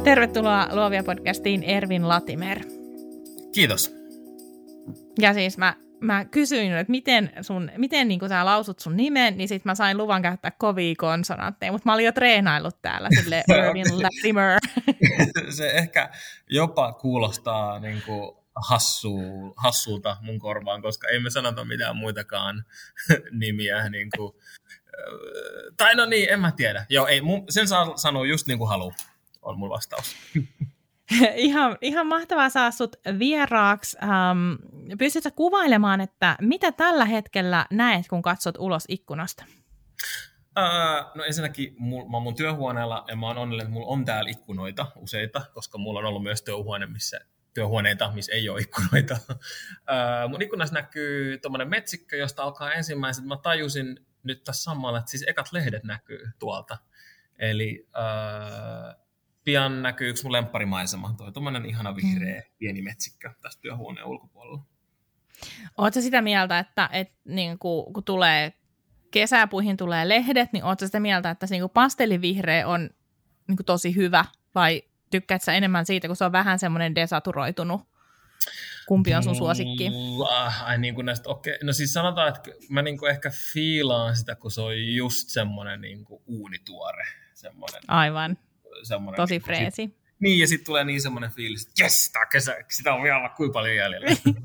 Tervetuloa Luovia podcastiin Ervin Latimer. Kiitos. Ja siis mä kysyin, että miten niin sä lausut sun nimen, niin sit mä sain luvan käyttää kovia konsonantteja, mutta mä olin jo treenaillut täällä silleen Ervin Latimer. Se ehkä jopa kuulostaa niin kuin hassulta mun korvaan, koska ei me sanota mitään muitakaan nimiä. Niin kuin, tai no niin, en mä tiedä. Joo, ei, sen saa sanoa just niin kuin haluaa, on mun vastaus. Ihan mahtavaa saa sut vieraaksi. Pystytkö kuvailemaan, että mitä tällä hetkellä näet, kun katsot ulos ikkunasta? No ensinnäkin mä oon mun työhuoneella ja mä oon onnellinen, että mulla on täällä ikkunoita useita, koska mulla on ollut myös työhuoneita, missä ei ole ikkunoita. Mun ikkunassa näkyy tommonen metsikkö, josta alkaa ensimmäiset. Mä tajusin nyt tässä samalla, että siis ekat lehdet näkyy tuolta. Eli pian näkyy yksi mun lempparimaisema, toi tommonen ihana vihreä pieni metsikkö tässä työhuoneen ulkopuolella. Ootko sitä mieltä, että niin kun tulee kesäpuihin tulee lehdet, niin ootko sitä mieltä, että se niin pastellivihreä on niin tosi hyvä, vai tykkäätkö sä enemmän siitä, kun se on vähän semmoinen desaturoitunut? Kumpi on sun suosikki? Niin kuin näistä, okei. No siis sanotaan, että mä niin kuin ehkä fiilaan sitä, kun se on just semmoinen niin kuin uunituore. Semmoinen, aivan. Semmoinen, tosi niin freesi. Niin, ja sitten tulee niin semmoinen fiilis, että jes, tää kesä, sitä on vielä kuinka paljon jäljellä.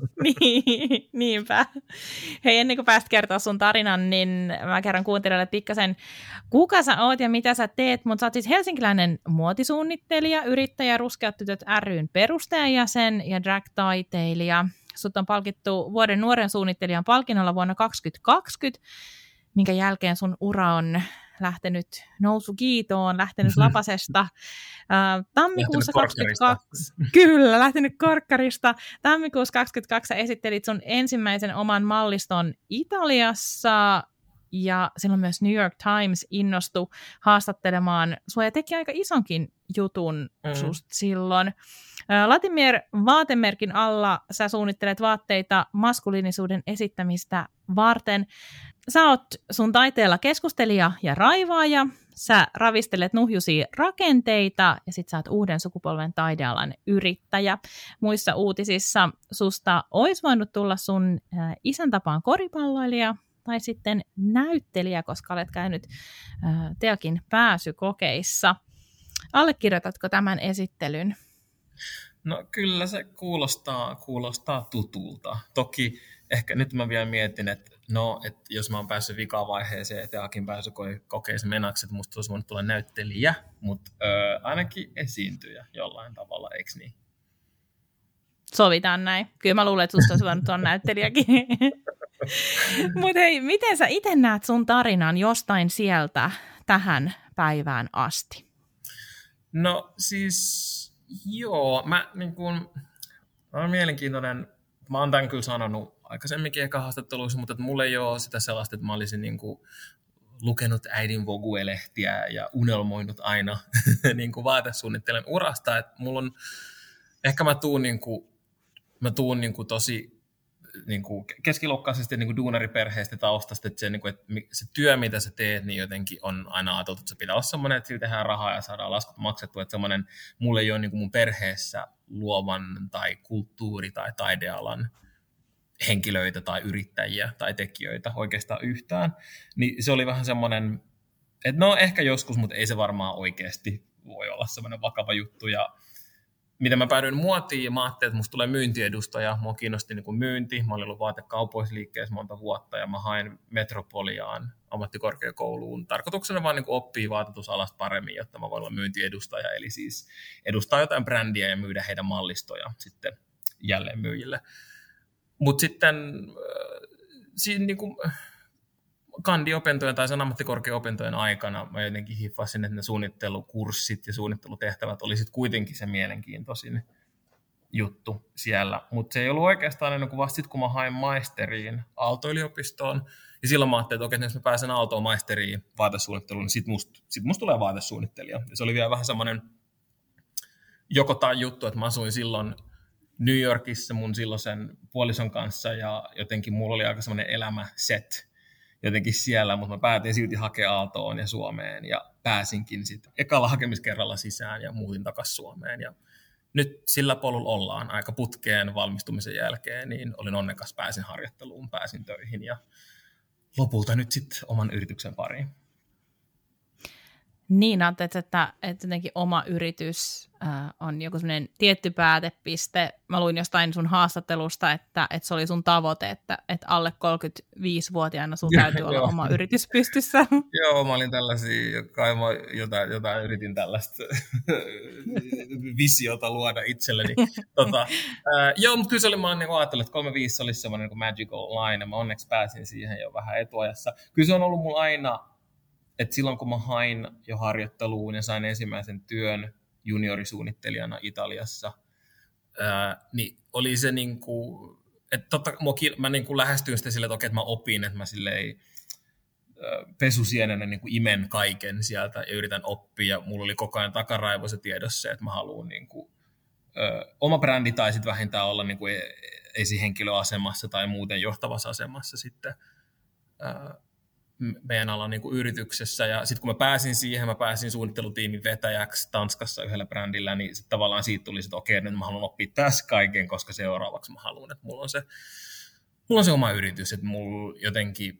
Niinpä. Hei, ennen kuin pääst kertoa sun tarinan, niin mä kerron kuuntelijoille pikkasen, kuka sä oot ja mitä sä teet, mutta sä oot siis helsinkiläinen muotisuunnittelija, yrittäjä, Ruskeat tytöt ry:n perustajajäsen ja drag-taiteilija. Sut on palkittu vuoden nuoren suunnittelijan palkinnolla vuonna 2020, minkä jälkeen sun ura on lähtenyt nousukiitoon, lähtenyt lapasesta. Tammikuussa 2022, kyllä, lähtenyt korkkarista. Tammikuussa 2022 esittelit sun ensimmäisen oman malliston Italiassa, ja silloin myös New York Times innostui haastattelemaan sua ja teki aika isonkin jutun susta silloin. Latimer vaatemerkin alla sä suunnittelet vaatteita maskuliinisuuden esittämistä varten. Sä oot sun taiteella keskustelija ja raivaaja, sä ravistelet nuhjusia rakenteita ja sit sä oot uuden sukupolven taidealan yrittäjä. Muissa uutisissa susta olisi voinut tulla sun isän tapaan koripalloilija tai sitten näyttelijä, koska olet käynyt Teakin pääsykokeissa. Allekirjoitatko tämän esittelyn? No kyllä se kuulostaa tutulta. Toki ehkä nyt mä vielä mietin, että jos mä oon päässyt vikavaiheeseen Teakin pääsykokeeseen menaksi, että musta olisi voinut tulla näyttelijä, mutta ainakin esiintyjä jollain tavalla, eikö niin? Sovitaan näin. Kyllä mä luulen, että susta olisi voinut tulla näyttelijäkin. Mutta hei, miten sä itse näet sun tarinan jostain sieltä tähän päivään asti? No siis joo, mä olen mielenkiintoinen. Mä oon tämän kyllä sanonut aikaisemminkin ehkä haastatteluissa, mutta mulla ei ole sitä sellaista, että mä olisin niin kuin lukenut äidin Vogue-lehtiä ja unelmoinut aina niin kuin vaatesuunnittelijan urasta. Että mulla on, ehkä mä tuun tosi niin kuin keskiluokkaisesti niin kuin duunariperheestä taustasta, että se työ, mitä sä teet, niin jotenkin on aina ajateltu, että se pitää olla semmoinen, että sillä tehdään rahaa ja saadaan laskut maksettua, että semmoinen, mulla ei ole niin kuin mun perheessä luovan tai kulttuuri- tai taidealan henkilöitä tai yrittäjiä tai tekijöitä oikeastaan yhtään, niin se oli vähän semmoinen, että no ehkä joskus, mutta ei se varmaan oikeasti voi olla semmoinen vakava juttu, ja miten mä päädyin muotiin, ja mä ajattelin, että musta tulee myyntiedustaja. Mua kiinnosti niin kuin myynti. Mä olin ollut vaatekaupoisliikkeessä monta vuotta, ja mä hain Metropoliaan ammattikorkeakouluun. Tarkoituksena vaan niin kuin oppia vaatetusalasta paremmin, jotta mä voin olla myyntiedustaja. Eli siis edustaa jotain brändiä ja myydä heidän mallistoja sitten jälleen myyjille. Mutta sitten siinä niin kuin kandi-opintojen tai sen ammattikorkea-opintojen aikana mä jotenkin hiffasin, että ne suunnittelukurssit ja suunnittelutehtävät oli sitten kuitenkin se mielenkiintoisin juttu siellä. Mutta se ei ollut oikeastaan ennen kuin vasta sitten, kun mä hain maisteriin Aalto-yliopistoon. Ja silloin mä ajattelin, että okei, jos mä pääsen Aaltoon maisteriin vaatesuunnitteluun, niin sit musta tulee vaatesuunnittelija. Ja se oli vielä vähän semmoinen joko tai juttu, että mä asuin silloin New Yorkissa mun silloisen puolison kanssa ja jotenkin mulla oli aika semmoinen elämä set. jotenkin siellä, mutta mä päätin silti hakea Aaltoon ja Suomeen ja pääsinkin sitten ekalla hakemiskerralla sisään ja muutin takaisin Suomeen ja nyt sillä polulla ollaan aika putkeen valmistumisen jälkeen, niin olin onnekas, pääsin harjoitteluun, pääsin töihin ja lopulta nyt sitten oman yrityksen pariin. Niin, ajattelet, että jotenkin oma yritys on joku sellainen tietty päätepiste. Mä luin jostain sun haastattelusta, että se oli sun tavoite, että alle 35-vuotiaana sun täytyy olla oma yritys pystyssä. Joo, mä olin tällaisia, kai mä jotain yritin tällaista visiota luoda itselleni. Joo, mutta kyllä se oli, mä oon ajatellut, että 35 olisi semmoinen niin magical line, ja mä onneksi pääsin siihen jo vähän etuajassa. Kyllä se on ollut mulla aina, että silloin kun mä hain jo harjoitteluun ja sain ensimmäisen työn juniorisuunnittelijana Italiassa, niin oli se niinku, että mä niinku lähestyin sitä silleen, että okei, että mä opin, että mä silleen pesusienenä niinku imen kaiken sieltä ja yritän oppia. Mulla oli koko ajan takaraivoissa tiedossa, että mä haluan niinku, oma brändi tai sitten vähintään olla niinku esihenkilöasemassa tai muuten johtavassa asemassa sitten meidän alan niin kuin yrityksessä, ja sitten kun mä pääsin siihen, mä pääsin suunnittelutiimin vetäjäksi Tanskassa yhdellä brändillä, niin sit tavallaan siitä tuli, että okei, nyt mä haluan oppia tässä kaiken, koska seuraavaksi mä haluan, että mulla on se oma yritys, että mulla jotenkin,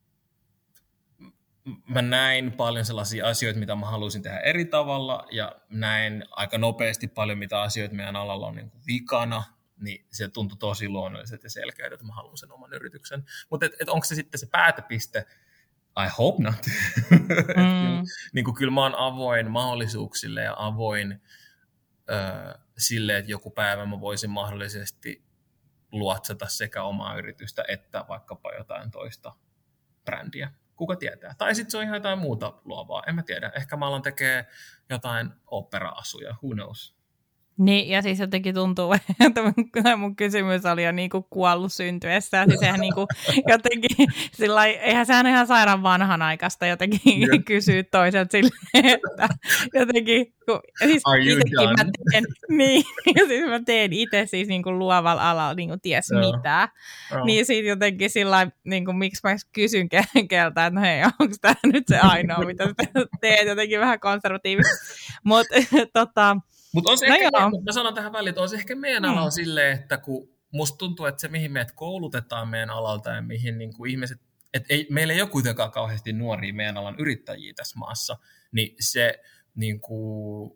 mä näin paljon sellaisia asioita, mitä mä haluaisin tehdä eri tavalla, ja näin aika nopeasti paljon, mitä asioita meidän alalla on niin kuin vikana, niin se tuntui tosi luonnolliselta ja selkeältä, että mä haluan sen oman yrityksen. Mutta onko se sitten se päätepiste? I hope not. Niin kuin, kyllä mä oon avoin mahdollisuuksille ja avoin sille, että joku päivä mä voisin mahdollisesti luotsata sekä omaa yritystä että vaikkapa jotain toista brändiä. Kuka tietää? Tai sitten se on ihan jotain muuta luovaa. En mä tiedä. Ehkä mä alan tekee jotain opera-asuja. Who knows? Niin, ja siis jotenkin tuntuu, että mun kysymys oli jo niinku kuollut syntyessä. Siis eihän niinku jotenkin, eihän sehän ihan sairaan vanhanaikaista jotenkin kysyä toiselta silleen, että jotenkin, siis are you done? Mä teen itse siis niinku luovalla alalla niinku ties mitä. Niin siitä jotenkin sillain, niinku miksi mä kysyn keltä, että no hei, onko tämä nyt se ainoa, mitä teet, jotenkin vähän konservatiivisesti. Mutta mä sanon tähän väliin, että on se ehkä meidän alalla silleen, että kun musta tuntuu, että se mihin meidät koulutetaan meidän alalta ja mihin niin kuin ihmiset, että meillä ei ole kuitenkaan kauheasti nuoria meidän alan yrittäjiä tässä maassa, niin se niin kuin,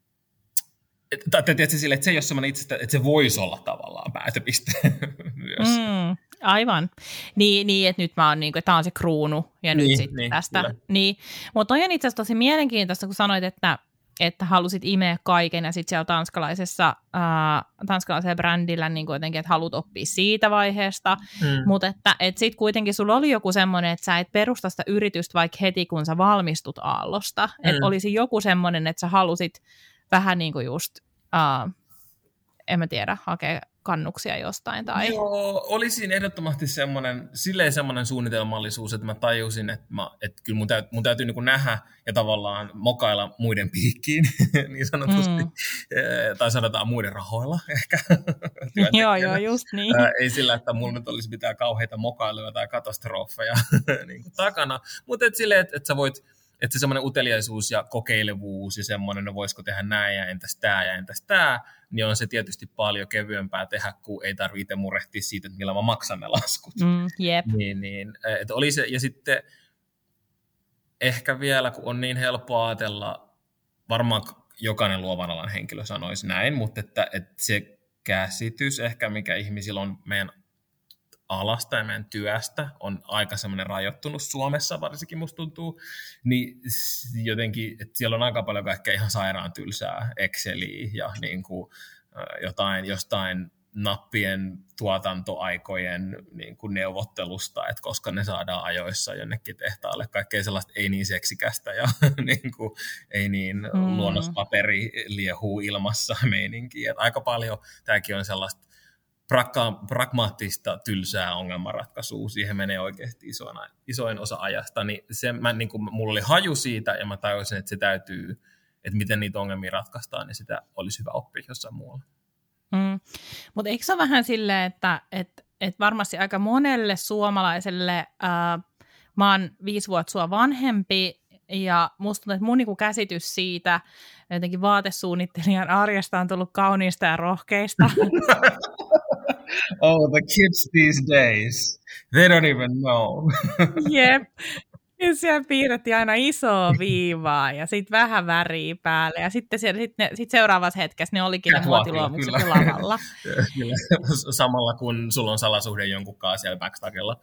että se ei ole semmoinen itsestä, että se voisi olla tavallaan päätöpiste myös. Aivan. Niin, että nyt mä oon niin kuin, tämä on se kruunu ja nyt sitten tästä. Niin. Mutta on itse asiassa tosi mielenkiintoista, kun sanoit, että halusit imeä kaiken ja sitten siellä tanskalaisella brändillä niin jotenkin, että haluat oppia siitä vaiheesta, mutta että sitten kuitenkin sulla oli joku semmoinen, että sä et perusta sitä yritystä vaikka heti, kun sä valmistut Aallosta, että olisi joku semmoinen, että sä halusit vähän niin kuin just, en mä tiedä, hakea kannuksia jostain tai... Joo, oli siinä ehdottomasti semmoinen suunnitelmallisuus, että mä tajusin, että kyllä mun täytyy niin kuin nähdä ja tavallaan mokailla muiden piikkiin, niin sanotusti, tai sanotaan muiden rahoilla ehkä. Joo, just niin. Ei sillä, että mulla nyt olisi mitään kauheita mokailuja tai katastrofeja niin kuin takana, mutta silleen, että sä voit, että se semmoinen uteliaisuus ja kokeilevuus ja semmoinen, no voisiko tehdä näin ja entäs tämä, niin on se tietysti paljon kevyempää tehdä, kun ei tarvitse murehtia siitä, että millä mä maksan ne laskut. Jep. Niin, että oli se, ja sitten ehkä vielä, kun on niin helppo ajatella, varmaan jokainen luovan alan henkilö sanoisi näin, mutta että se käsitys ehkä, mikä ihmisillä on meidän alasta ja meidän työstä on aika semmoinen rajoittunut Suomessa, varsinkin musta tuntuu, niin jotenkin, että siellä on aika paljon kaikkea ihan sairaan tylsää Exceliä ja niin kuin jostain nappien tuotantoaikojen niin kuin neuvottelusta, että koska ne saadaan ajoissa jonnekin tehtaalle, kaikkea sellaista ei niin seksikästä ja niin kuin, ei niin luonnospaperi liehuu ilmassa meininkiä. Että aika paljon tämäkin on sellaista pragmaattista, tylsää ongelmanratkaisua, siihen menee oikeasti isoin osa ajasta, niin mulla oli haju siitä, ja mä tajusin, että se täytyy, että miten niitä ongelmia ratkaistaan, niin sitä olisi hyvä oppia jossain muualla. Mutta eikö se ole vähän silleen, että varmasti aika monelle suomalaiselle mä oon 5 vuotta sua vanhempi, ja musta tuntuu, että mun niinku käsitys siitä jotenkin vaatesuunnittelijan arjesta on tullut kauniista ja rohkeista. Oh, the kids these days, they don't even know. Jep. Ja siellä piirrettiin aina isoa viivaa ja sitten vähän väriä päälle. Ja sitten seuraavassa hetkessä ne olikin ne muotiluomukset lavalla. Kyllä. Samalla kun sulla on salasuhde jonkun kanssa siellä backstagella.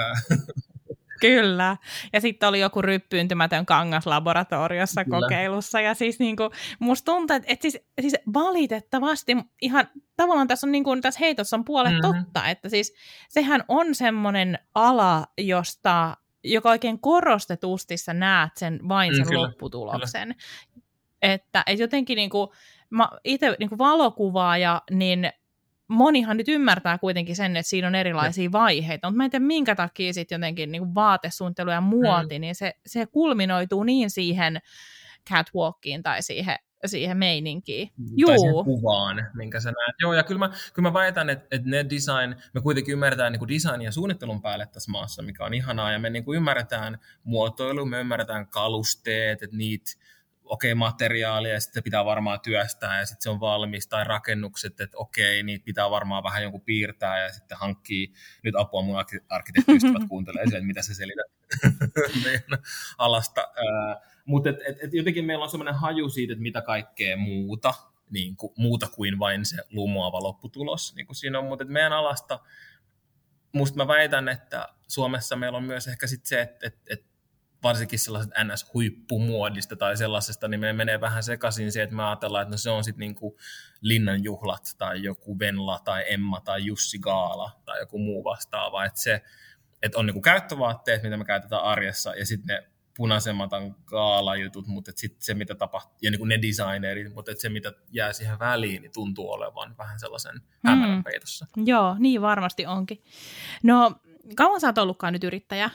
Kyllä. Ja sitten oli joku ryppyyntymätön kangas laboratoriossa kokeilussa. Ja siis niinku, musta tuntuu, että siis valitettavasti ihan tavallaan tässä on niinku, tässä heitossa on puolet totta. Että siis sehän on semmoinen ala, joka oikein korostetusti sä näet vain sen lopputuloksen. Että jotenkin niinku, itse niinku valokuvaaja, niin monihan nyt ymmärtää kuitenkin sen, että siinä on erilaisia vaiheita, mutta mä en tiedä minkä takia sitten jotenkin niin kuin vaatesuunnittelu ja muoti, niin se kulminoituu niin siihen catwalkiin tai siihen meininkiin. Tai siihen kuvaan, minkä sä näet. Joo, ja kyllä mä väitän, että ne me kuitenkin ymmärretään niin kuin design ja suunnittelun päälle tässä maassa, mikä on ihanaa, ja me niin kuin ymmärretään muotoilu, me ymmärretään kalusteet, että niitä materiaalia, ja sitten pitää varmaan työstää, ja sitten se on valmis, tai rakennukset, että niitä pitää varmaan vähän jonkun piirtää, ja sitten hankkii, nyt apua mun arkkitehtiystävät kuuntelee sen, mitä se selität meidän alasta. Mutta jotenkin meillä on semmoinen haju siitä, että mitä kaikkea muuta kuin vain se lumoava lopputulos niin kuin siinä on, mutta meidän alasta, musta mä väitän, että Suomessa meillä on myös ehkä sit se, että varsinkin sellaiset NS-huippumuodista tai sellaisesta, niin me menee vähän sekaisin se, että me ajatellaan, että no se on sitten niinku linnanjuhlat tai joku Venla tai Emma tai Jussi Gaala tai joku muu vastaava. Että on niinku käyttövaatteet, mitä me käytetään arjessa, ja sitten ne punaisemmat on gaalajutut, mutta sitten se, mitä tapahtuu, ja niinku ne designerit, mutta se, mitä jää siihen väliin, niin tuntuu olevan vähän sellaisen hämärän peitossa. Joo, niin varmasti onkin. No, kauan sä oot ollutkaan nyt yrittäjä?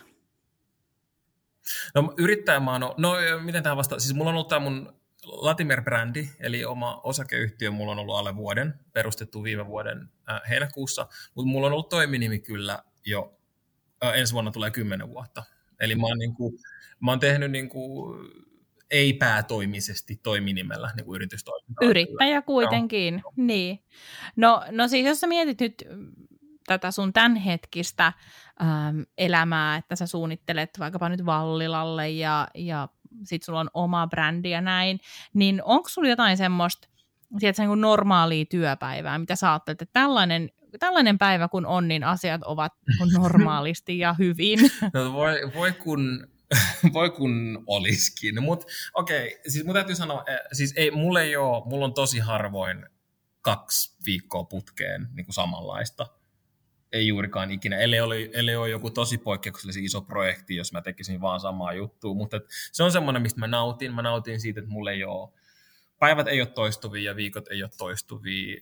No yrittäjä mä oon, miten tähän vastaan? Siis mulla on ollut tämä mun Latimer-brändi, eli oma osakeyhtiö, mulla on ollut alle vuoden, perustettu viime vuoden heinäkuussa, mutta mulla on ollut toiminimi kyllä jo, ensi vuonna tulee 10 vuotta. Eli mä oon tehnyt ei-päätoimisesti toiminimellä yritystoimintaa. Yrittäjä kuitenkin, niin. No siis jos sä mietit nyt tätä sun tämänhetkistä elämää, että sä suunnittelet vaikkapa nyt Vallilalle ja sit sulla on oma brändi ja näin, niin onko sulla jotain semmoista niin normaalia työpäivää, mitä sä ajattelet, että tällainen päivä kun on, niin asiat ovat normaalisti ja hyvin? No voi kun olisikin, mutta okei, siis mun täytyy sanoa, siis mulla on tosi harvoin 2 viikkoa putkeen niin kuin samanlaista. Ei juurikaan ikinä, ellei ole joku tosi poikkeuksellisen iso projekti, jos mä tekisin vaan samaa juttua, mutta se on semmoinen, mistä mä nautin siitä, että mulla ei ole, päivät ei ole toistuvia ja viikot ei ole toistuvia,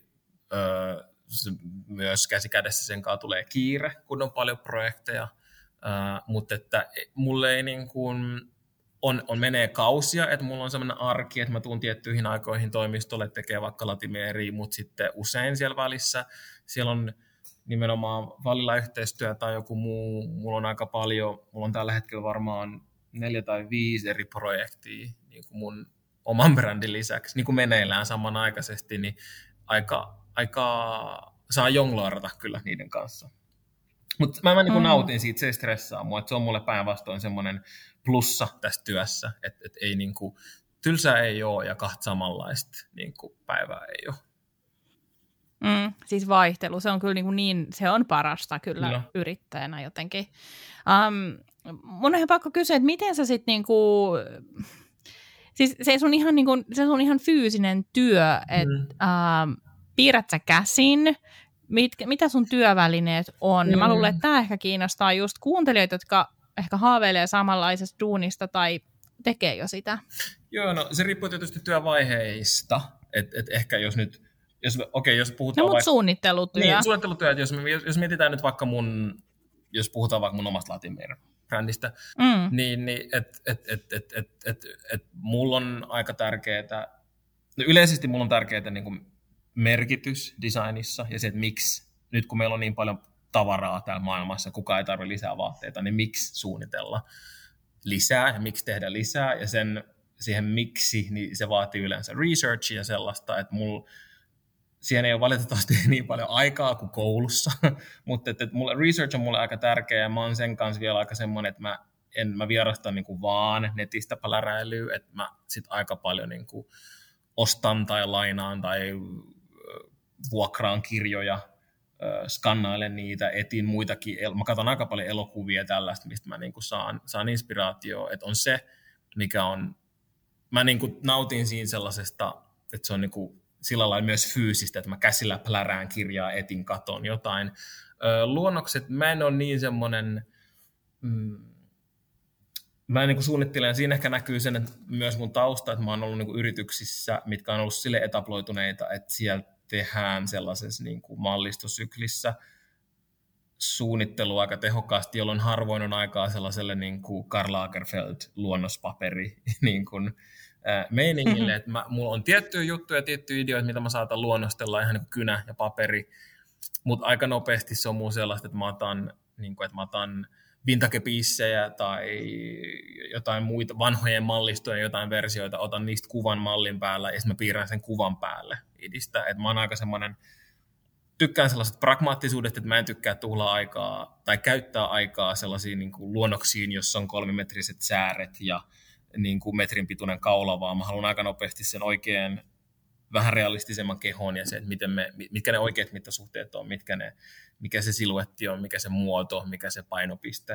myös käsi kädessä sen kanssa tulee kiire, kun on paljon projekteja, mutta että mulle ei niin kuin, menee kausia, että mulla on semmoinen arki, että mä tuun tiettyihin aikoihin toimistolle, tekee vaikka Latimeria, mutta sitten usein siellä välissä, siellä on nimenomaan Vallilla yhteistyö tai joku muu, mulla on aika paljon, mulla on tällä hetkellä varmaan 4 tai 5 eri projektia niin kuin mun oman brändin lisäksi, niin kuin meneillään samanaikaisesti, niin aika saa jongloirata kyllä niiden kanssa. Mutta mä niin kuin nautin siitä, se ei stressaa mua, että se on mulle päinvastoin semmoinen plussa tässä työssä, että ei niin kuin, tylsää ei ole ja 2 samanlaista niin kuin päivää ei ole. Siis vaihtelu, se on kyllä niin se on parasta kyllä yrittäjänä jotenkin. Mun on ihan pakko kysyä, että miten sä sitten niinku, siis se on ihan fyysinen työ, että piirrät sä käsin, mitä sun työvälineet on? Mä luulen, että tämä ehkä kiinnostaa just kuuntelijoita, jotka ehkä haaveilee samanlaisesta duunista tai tekee jo sitä. Joo, no se riippuu tietysti työvaiheista, että ehkä jos nyt jos puhutaan mutta suunnittelutyö. Niin, suunnittelutyö, että jos mietitään nyt vaikka jos puhutaan vaikka mun omasta Latimer-brändistä, niin mulla on aika tärkeää, yleisesti mulla on tärkeää niin kuin merkitys designissa ja se, että miksi, nyt kun meillä on niin paljon tavaraa täällä maailmassa, kukaan ei tarvitse lisää vaatteita, niin miksi suunnitella lisää ja miksi tehdä lisää, ja siihen miksi, niin se vaatii yleensä researchia ja sellaista, että siihen ei ole valitettavasti niin paljon aikaa kuin koulussa, mutta research on mulle aika tärkeä, ja mä oon sen kanssa vielä aika semmoinen, että mä vierastan niin kuin vaan netistä pläräilyä, että mä sit aika paljon niin kuin ostan tai lainaan tai vuokraan kirjoja, skannailen niitä, etin muitakin, mä katson aika paljon elokuvia tällaista, mistä mä niin kuin saan inspiraatioa, että on se, mikä on, mä niin kuin nautin siinä sellaisesta, että se on niin kuin sillä lailla myös fyysistä, että mä käsillä plärään kirjaa, etin, katon jotain. Luonnokset, mä en ole niin semmoinen, mä niin kuin suunnittelen, siinä ehkä näkyy sen, että myös mun tausta, että mä oon ollut niin kuin yrityksissä, mitkä on ollut sille etabloituneita, että siellä tehdään sellaisessa niin kuin mallistosyklissä suunnittelua aika tehokkaasti, jolloin harvoin on aikaa sellaiselle niin kuin Karl Lagerfeld luonnospaperi niin kuin meiningille, että mulla on tiettyjä juttuja, tiettyjä ideoita, mitä mä saatan luonnostella, ihan niin kuin kynä ja paperi, mutta aika nopeasti se on muu sellaista, että mä otan vintage-piissejä tai jotain muita vanhojen mallistoja, jotain versioita, otan niistä kuvan mallin päällä ja sitten mä piirrän sen kuvan päälle idistä. Et mä oon aika semmoinen, tykkään sellaisesta pragmaattisuudesta, että mä en tykkää tuhlaa aikaa tai käyttää aikaa sellaisiin niin kuin luonnoksiin, jossa on 3-metriset sääret ja niin kuin metrin pituinen kaula, vaan mä haluan aika nopeasti sen oikein vähän realistisemman kehon ja se, että mitkä ne oikeat mittasuhteet on, mikä se siluetti on, mikä se muoto, mikä se painopiste,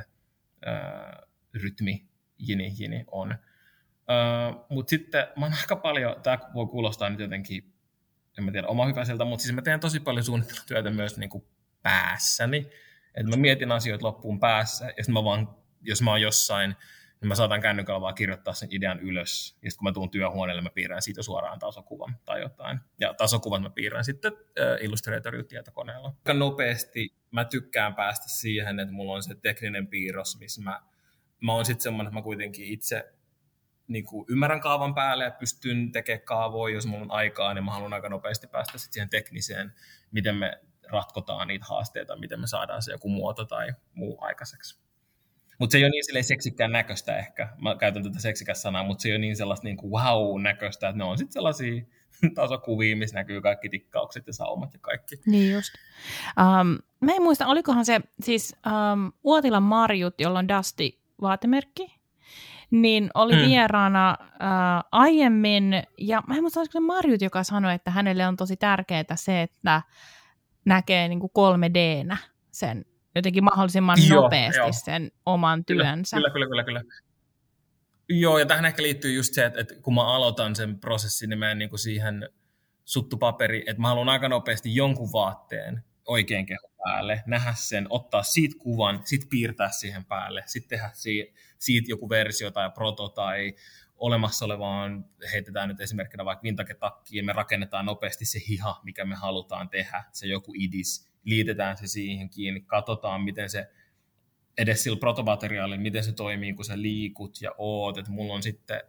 rytmi, jini on. Mutta sitten mä oon aika paljon, tämä voi kuulostaa nyt jotenkin, en mä tiedä, omahyväiseltä, mutta siis mä teen tosi paljon suunnittelutyötä myös niin kuin päässäni, että mä mietin asioita loppuun päässä, ja sitten jos mä oon jossain, niin mä saatan kännykällä vaan kirjoittaa sen idean ylös. Ja sitten kun mä tuun työhuoneelle, mä piirrän siitä suoraan tasokuvan tai jotain. Ja tasokuvan mä piirrän sitten Illustrator-tietokoneella. Aika nopeasti mä tykkään päästä siihen, että mulla on se tekninen piirros, missä mä oon sitten semmoinen, että mä kuitenkin itse niin kuin ymmärrän kaavan päälle ja pystyn tekemään kaavoja, jos mulla on aikaa, niin mä haluan aika nopeasti päästä sitten siihen tekniseen, miten me ratkotaan niitä haasteita, miten me saadaan se joku muoto tai muu aikaiseksi. Mutta se ei ole niin silleen seksikkään näköistä ehkä. Mä käytän tätä seksikäs sanaa, mutta se ei ole niin sellaista niin kuin wow-näköistä, että ne on sitten sellaisia tasokuvia, missä näkyy kaikki tikkaukset ja saumat ja kaikki. Niin just. Mä en muista, olikohan se siis Uotilan Marjut, jolla on Dusty-vaatemerkki, niin oli vieraana aiemmin, ja mä en muista, olisiko se Marjut, joka sanoi, että hänelle on tosi tärkeää se, että näkee niin kuin 3D:nä sen jotenkin mahdollisimman nopeasti sen oman työnsä. Kyllä. Joo, ja tähän ehkä liittyy just se, että kun mä aloitan sen prosessin, niin mä en niin kuin siihen suttupaperi, että mä haluan aika nopeasti jonkun vaatteen oikein kehon päälle, nähdä sen, ottaa siitä kuvan, sitten piirtää siihen päälle, sitten tehdä siitä joku versio tai proto tai olemassa olevaan, heitetään nyt esimerkkinä vaikka vintage-takkiin, me rakennetaan nopeasti se hiha, mikä me halutaan tehdä, se joku idis, liitetään se siihen kiinni, katsotaan, miten se edes sillä protomateriaalilla, miten se toimii, kun sä liikut ja oot, että mulla on sitten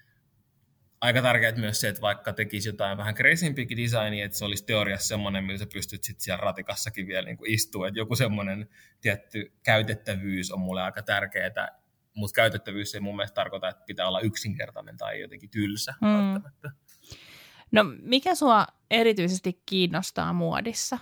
aika tärkeää myös se, että vaikka tekisi jotain vähän crazympiäkin designia, että se olisi teoriassa semmoinen, millä sä pystyt sitten siellä ratikassakin vielä niin kuin istua, että joku semmoinen tietty käytettävyys on mulle aika tärkeää, mutta käytettävyys ei mun mielestä tarkoita, että pitää olla yksinkertainen tai jotenkin tylsä välttämättä. No mikä sua erityisesti kiinnostaa muodissa?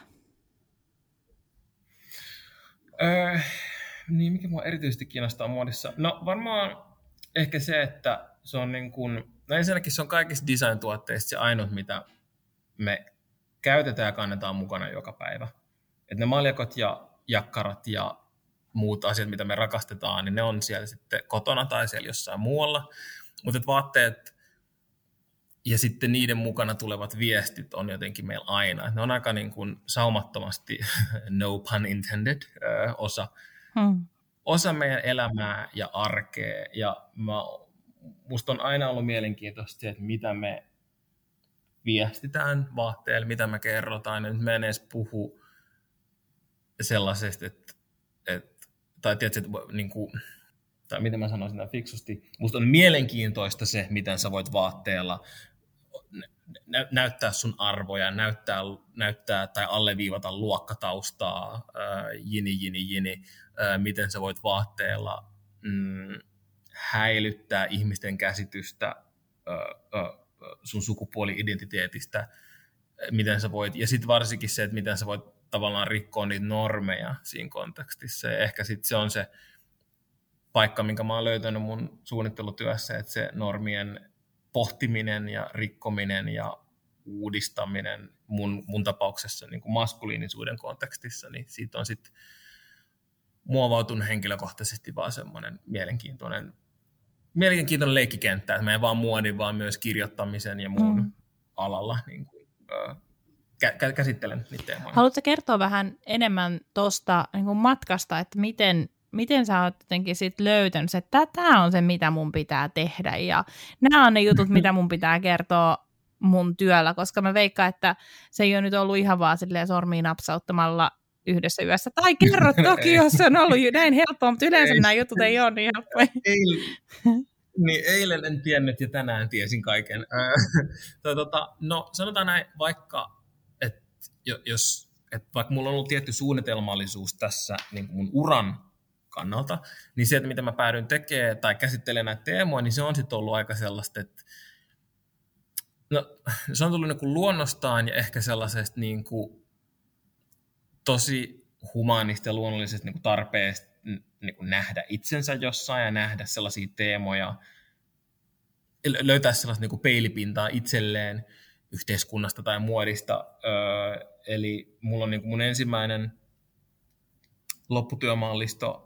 Niin, mikä mua erityisesti kiinnostaa muodissa? No varmaan ehkä se, että se on niin kuin, no ensinnäkin se on kaikissa design-tuotteissa se ainut, mitä me käytetään ja kannetaan mukana joka päivä. Että ne maljakot ja jakkarat ja muut asiat, mitä me rakastetaan, niin ne on siellä sitten kotona tai siellä jossain muualla. Mutta vaatteet ja sitten niiden mukana tulevat viestit on jotenkin meillä aina. Ne on aika niin kuin saumattomasti, no pun intended, osa meidän elämää ja arkea. Ja musta on aina ollut mielenkiintoista se, että mitä me viestitään vaatteelle, mitä me kerrotaan. Ja nyt me en edes puhu sellaisesta, tai tiedätkö, että niin kuin, tai miten mä sanoisin tämän fiksusti, musta on mielenkiintoista se, miten sä voit vaatteella näyttää sun arvoja, näyttää tai alleviivata luokkataustaa, jini, miten sä voit vaatteella häilyttää ihmisten käsitystä sun sukupuoli-identiteetistä, miten sä voit, ja sitten varsinkin se, että miten sä voit tavallaan rikkoa niitä normeja siinä kontekstissa, ja ehkä sitten se on se paikka, minkä mä oon löytänyt mun suunnittelutyössä, että se normien pohtiminen ja rikkominen ja uudistaminen mun tapauksessa niin kuin maskuliinisuuden kontekstissa, niin siitä on sitten muovautunut henkilökohtaisesti vaan semmoinen mielenkiintoinen leikkikenttä, että mä en vaan muodin, vaan myös kirjoittamisen ja muun alalla niin kuin, käsittelen niitä teemoja. Haluatko kertoa vähän enemmän tuosta niin matkasta, että miten sä oot jotenkin sit löytänyt se, että tämä on se, mitä mun pitää tehdä, ja nämä on ne jutut, mitä mun pitää kertoa mun työllä, koska mä veikkaan, että se ei ole nyt ollut ihan vaan sormiin napsauttamalla yhdessä yössä. Tai kerro toki, jos se on ollut näin helppoa, mutta yleensä nämä jutut ei ole niin helppoja. Eilen en tiennyt ja tänään tiesin kaiken. No sanotaan näin, vaikka vaikka mulla on ollut tietty suunnitelmallisuus tässä niin kuin mun uran kannalta, niin se, että mitä mä päädyin tekemään tai käsittelemään näitä teemoja, niin se on sitten ollut aika sellaista, että se on tullut niin kuin luonnostaan ja ehkä sellaisesta niin kuin tosi humaanista ja luonnollisesta niin kuin tarpeesta niin kuin nähdä itsensä jossain ja nähdä sellaisia teemoja, löytää sellaista niin kuin peilipintaa itselleen yhteiskunnasta tai muodista. Eli mulla on niin kuin mun ensimmäinen lopputyömallisto,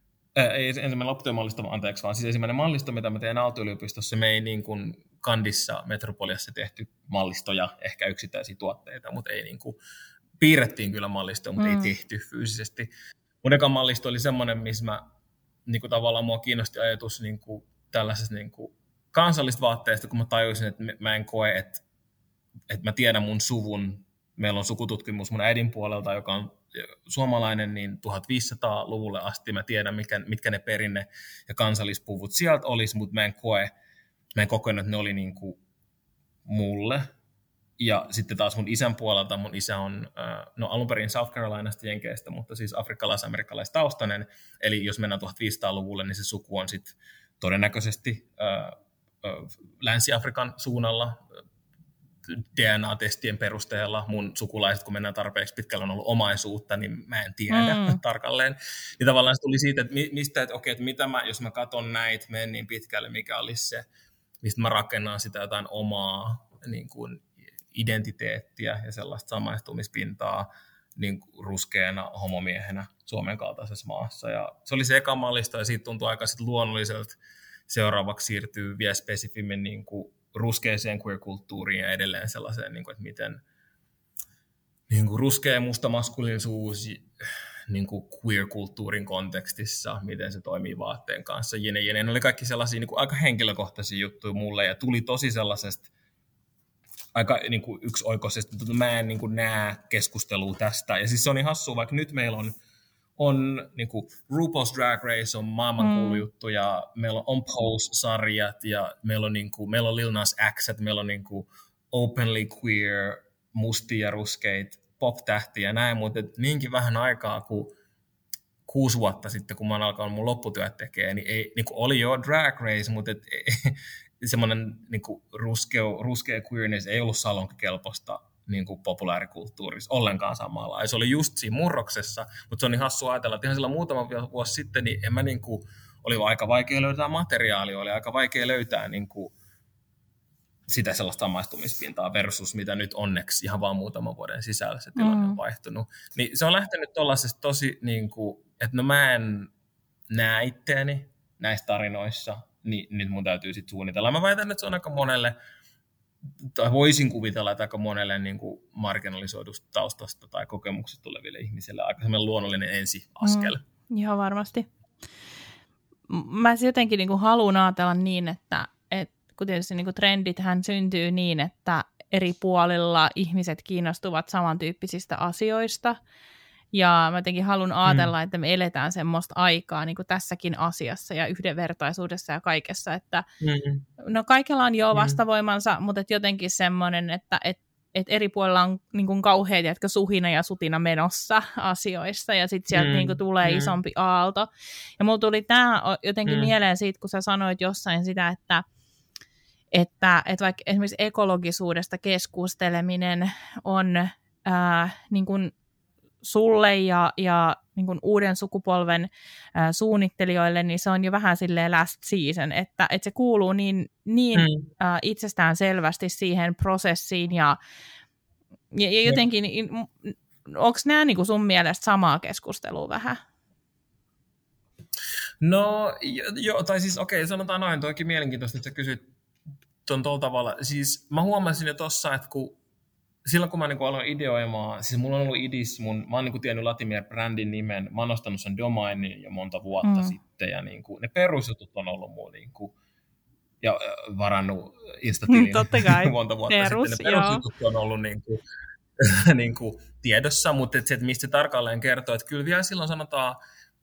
vaan siis ensimmäinen mallisto, mitä mä teen Aalto-yliopistossa, me ei niin kuin Kandissa, Metropoliassa tehty mallistoja, ehkä yksittäisiä tuotteita, mutta ei niin kuin, piirrettiin kyllä mallistoja, mutta ei tehty fyysisesti. Mun eka mallisto oli semmoinen, missä mä niin kuin tavallaan mua kiinnosti ajatus niin kuin tällaisesta niin kuin kansallista vaatteesta, kun mä tajusin, että mä en koe, että mä tiedän mun suvun. Meillä on sukututkimus mun äidin puolelta, joka on suomalainen, niin 1500-luvulle asti mä tiedän, mitkä ne perinne- ja kansallispuvut sieltä olisi, mutta mä en kokenut, että ne oli niin kuin mulle. Ja sitten taas mun isän puolelta, mun isä on alun perin South Carolinasta Jenkeistä, mutta siis afrikkalais-amerikkalaistaustainen. Eli jos mennään 1500-luvulle, niin se suku on sitten todennäköisesti Länsi-Afrikan suunnalla. DNA-testien perusteella mun sukulaiset, kun mennään tarpeeksi pitkällä, on ollut omaisuutta, niin mä en tiedä tarkalleen. Niin tavallaan se tuli siitä, että mistä, että okei, että mitä jos mä katson näitä, menen niin pitkälle, mikä olisi se, mistä mä rakennan sitä jotain omaa niin kuin identiteettiä ja sellaista samaistumispintaa niin kuin ruskeana homomiehenä Suomen kaltaisessa maassa. Ja se oli se eka mallisto, ja siitä tuntui aika sit luonnolliselta seuraavaksi siirtyy vielä spesifimmin niin kuin ruskeeseen queer-kulttuuriin ja edelleen sellaiseen, niin kuin, että miten niin kuin ruskea ja musta maskuliinisuus niin kuin queer-kulttuurin kontekstissa, miten se toimii vaatteen kanssa. Ne oli kaikki sellaisia niin kuin aika henkilökohtaisia juttuja mulle, ja tuli tosi sellaisesta aika niin kuin yksioikoisesti, että mä en niin kuin näe keskustelua tästä. Ja siis se on niin hassua, vaikka nyt meillä on niin kuin RuPaul's Drag Race on maailmankuulu juttu, ja meillä on Pose-sarjat, ja meillä on Lil Nas X, että meillä on niin kuin openly queer, mustia ja ruskeita pop-tähtiä ja näin, mutta niinkin vähän aikaa kuin 6 vuotta sitten, kun mä oon alkanut mun lopputyöt tekemään, niin, niin kuin oli jo Drag Race, mutta semmoinen niin kuin ruskea queerness ei ollut salonkikelpoista niin kuin populaarikulttuurissa ollenkaan samalla. Ja se oli just siinä murroksessa, mutta se on niin hassua ajatella, että ihan sillä muutama vuosi sitten, niin oli aika vaikea löytää materiaalia, oli aika vaikea löytää niin kuin sitä sellaista samaistumispintaa versus mitä nyt onneksi ihan vaan muutaman vuoden sisällä se tilanne on vaihtunut. Niin se on lähtenyt tuollaisesta tosi, niin kuin, että mä en näe itteeni näissä tarinoissa, niin nyt mun täytyy sitten suunnitella. Mä väitän, että se on aika monelle, tai voisin kuvitella, että aika monelle niin kuin marginalisoidusta taustasta tai kokemuksesta tuleville ihmisille aika semmoinen luonnollinen ensiaskel. Ihan varmasti. Mä jotenkin niin kuin haluan ajatella niin, että kun tietysti niin kuin trendithän syntyy niin, että eri puolilla ihmiset kiinnostuvat samantyyppisistä asioista. Ja mä jotenkin haluan ajatella, että me eletään semmoista aikaa niin kuin tässäkin asiassa ja yhdenvertaisuudessa ja kaikessa, että no kaikella on jo vastavoimansa, mutta jotenkin semmoinen, että eri puolilla on niin kuin kauheat jätkä suhina ja sutina menossa asioissa, ja sitten sieltä niin kuin tulee isompi aalto. Ja mulla tuli tämä jotenkin mieleen siitä, kun sä sanoit jossain sitä, että vaikka esimerkiksi ekologisuudesta keskusteleminen on niin kuin sulle ja niin kuin uuden sukupolven suunnittelijoille, niin se on jo vähän silleen last season, että se kuuluu niin itsestään selvästi siihen prosessiin, ja jotenkin, onko nämä niin kuin sun mielestä samaa keskustelua vähän? No, joo, tai siis okei, sanotaan noin, toikin mielenkiintoista, että sä kysyt tuolla tavalla. Siis mä huomasin jo tossa, että silloin kun mä niin aloin ideoimaan, siis mulla on ollut idis, mä oon niin tiennyt Latimer-brändin nimen, mä oon ostanut sen domainin jo monta vuotta sitten, ja niin kuin, ne perusjutut on ollut mulla niin kuin, ja varannut Insta-tilin monta vuotta sitten. Ne perusjutut on ollut niin kuin tiedossa, mutta se, että mistä se tarkalleen kertoo, että kyllä vielä silloin sanotaan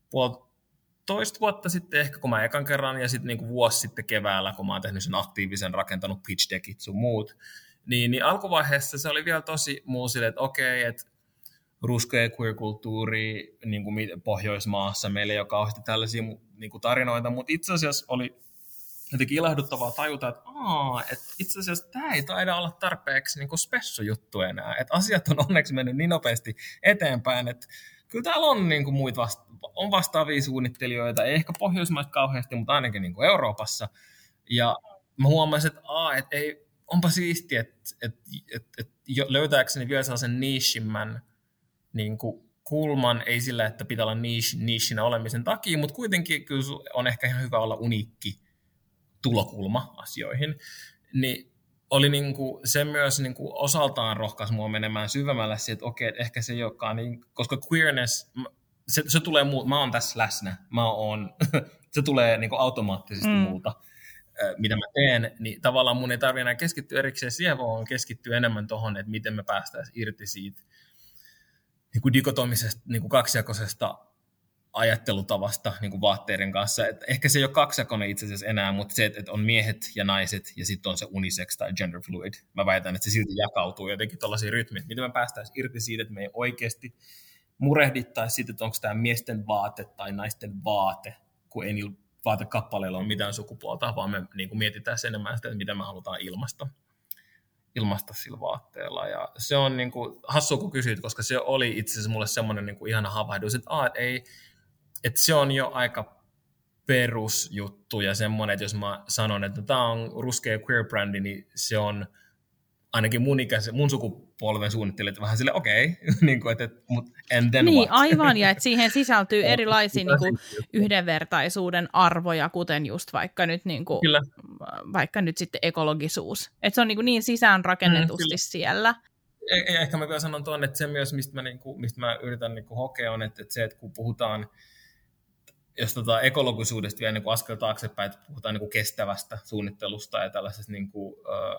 toista vuotta sitten ehkä, kun mä ekan kerran, ja sitten niin vuosi sitten keväällä, kun mä oon tehnyt sen aktiivisen, rakentanut pitch deckit sun muut, niin alkuvaiheessa se oli vielä tosi muu silleen, että okei, että rusko- ja queer-kulttuuri niin kuin Pohjoismaassa, meillä ei ole kauheasti tällaisia niin kuin tarinoita, mutta itse asiassa oli jotenkin ilahduttavaa tajuta, että itse asiassa tämä ei taida olla tarpeeksi niin kuin spessujuttu enää, että asiat on onneksi mennyt niin nopeasti eteenpäin, että kyllä täällä on niin kuin muita on vastaavia suunnittelijoita, ei ehkä Pohjoismaissa kauheasti, mutta ainakin niin kuin Euroopassa, ja mä huomasin, että ei onpa siistiä, että löytääkseni vielä sellaisen nichimmän niin kulman, ei sillä, että pitää olla nichinä olemisen takia, mutta kuitenkin kyllä on ehkä ihan hyvä olla uniikki tulokulma asioihin. Niin oli niin kuin, se myös niin kuin osaltaan rohkaisi mua menemään syvemmälle siihen, että okei, että ehkä se ei olekaan niin, koska queerness, se tulee mä oon tässä läsnä, se tulee niin kuin automaattisesti multa. Mitä mä teen, niin tavallaan mun ei tarvitse enää keskittyä erikseen siihen, vaan keskittyä enemmän tuohon, että miten me päästäisiin irti siitä niin kuin dikotomisesta, niin kuin kaksijakoisesta ajattelutavasta niin kuin vaatteiden kanssa. Et ehkä se ei ole kaksijakoinen itse asiassa enää, mutta se, että on miehet ja naiset ja sitten on se unisex tai gender fluid. Mä väitän, että se silti jakautuu jotenkin tuollaisiin rytmiin. Miten me päästäisiin irti siitä, että me ei oikeasti murehdittaisi siitä, että onko tämä miesten vaate tai naisten vaate, kun ei niillä vaatekappaleilla on mitään sukupuolta, vaan me niin kuin mietitään sen enemmän sitä, että mitä me halutaan ilmaista sillä vaatteella. Ja se on niin kuin hassua, kun kysyit, koska se oli itse asiassa mulle semmoinen niin kuin ihana havahdus, että se on jo aika perusjuttu ja semmoinen, että jos mä sanon, että tämä on ruskea queer-brändi, niin se on ainakin mun sukupolven suunnittelijat vähän silleen, niin kuin, and then niin, what? aivan, ja että siihen sisältyy erilaisia niin kuin, yhdenvertaisuuden arvoja, kuten just vaikka nyt, niin kuin, vaikka nyt sitten ekologisuus. Että se on niin sisäänrakennetusti siellä. Ja ehkä mä vielä sanon tuon, että se myös, mistä mä yritän niin kuin hokea, on, että se, että kun puhutaan, jos ekologisuudesta vielä niin kuin askel taaksepäin, että puhutaan niin kuin kestävästä suunnittelusta ja tällaisesta niin kuin,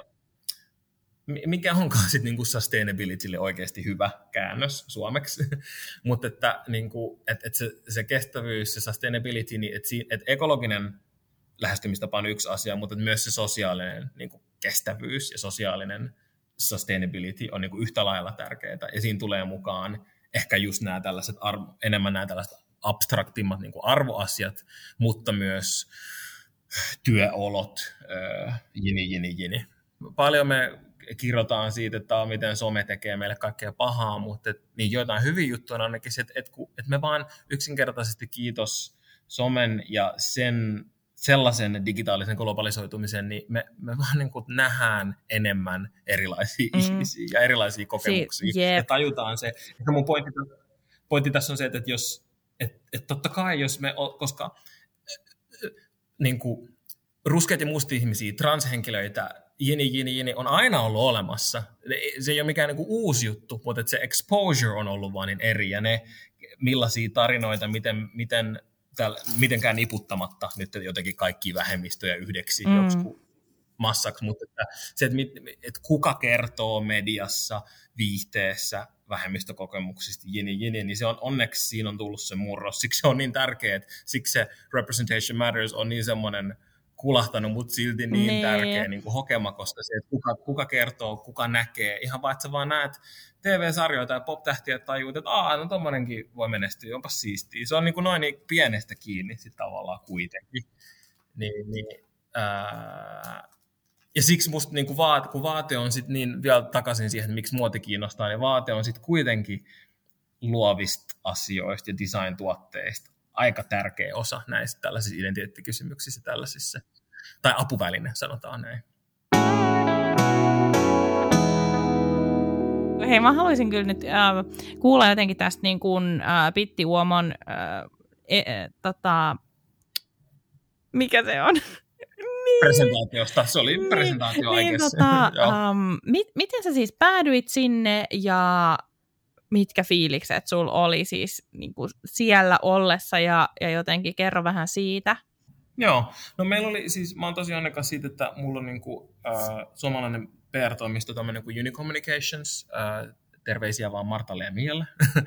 mikä onkaan sitten niinku sustainabilitylle oikeasti hyvä käännös suomeksi, mutta että niinku, se kestävyys, se sustainability, niin että ekologinen lähestymistapa on yksi asia, mutta myös se sosiaalinen niinku kestävyys ja sosiaalinen sustainability on niinku yhtä lailla tärkeää, ja siinä tulee mukaan ehkä just nämä tällaiset enemmän nämä tällaiset abstraktimmat niinku arvoasiat, mutta myös työolot, jini. Paljon me kirjoitaan siitä, että miten some tekee meille kaikkea pahaa, mutta niin joitain hyviä juttuja on ainakin se, että me vaan yksinkertaisesti kiitos somen ja sellaisen digitaalisen globalisoitumisen, niin me vaan niin kuin nähdään enemmän erilaisia ihmisiä ja erilaisia kokemuksia. Ja tajutaan se. Ja mun pointti tässä on se, että että totta kai, jos me, koska niin kuin ruskeat ja musti ihmisiä, transhenkilöitä, jini on aina ollut olemassa. Se ei ole mikään niinku uusi juttu, mutta se exposure on ollut vaan niin eri, ja ne millaisia tarinoita, mitenkään niputtamatta nyt jotenkin kaikki vähemmistöjä yhdeksi joksikin massaksi, mutta että se, että kuka kertoo mediassa, viihteessä, vähemmistökokemuksista, niin se on onneksi siinä on tullut se murros. Siksi se on niin tärkeää, että siksi se Representation Matters on niin semmoinen kulahtanut, mutta silti niin tärkeä niin kuin hokema, koska se, että kuka kertoo, kuka näkee, ihan vaan, että sä vaan näet TV-sarjoita ja pop-tähtiä, että tajuut, että no tommonenkin voi menestyä, onpas siistiä. Se on niin kuin noin niin pienestä kiinni sit tavallaan kuitenkin. Ja siksi musta niin kun vaate on sit niin, vielä takaisin siihen, että miksi muoti kiinnostaa, niin vaate on sitten kuitenkin luovista asioista ja design-tuotteista aika tärkeä osa näistä tällaisissa identiteettikysymyksissä tällaisissa, tai apuväline, sanotaan näin. Hei, mä haluaisin kyllä nyt kuulla jotenkin tästä niin kuin Pitti Uomon, mikä se on? Presentaatiosta, se oli presentaatio miten sä siis päädyit sinne ja mitkä fiilikset sulla oli siis niin kuin siellä ollessa ja jotenkin kerro vähän siitä. Joo, no meillä oli siis, mä oon tosi onnekas siitä, että mulla on niin kuin, suomalainen PR-toimisto, tämmöinen kuin Unicommunications, terveisiä vaan Martalle ja Mialle,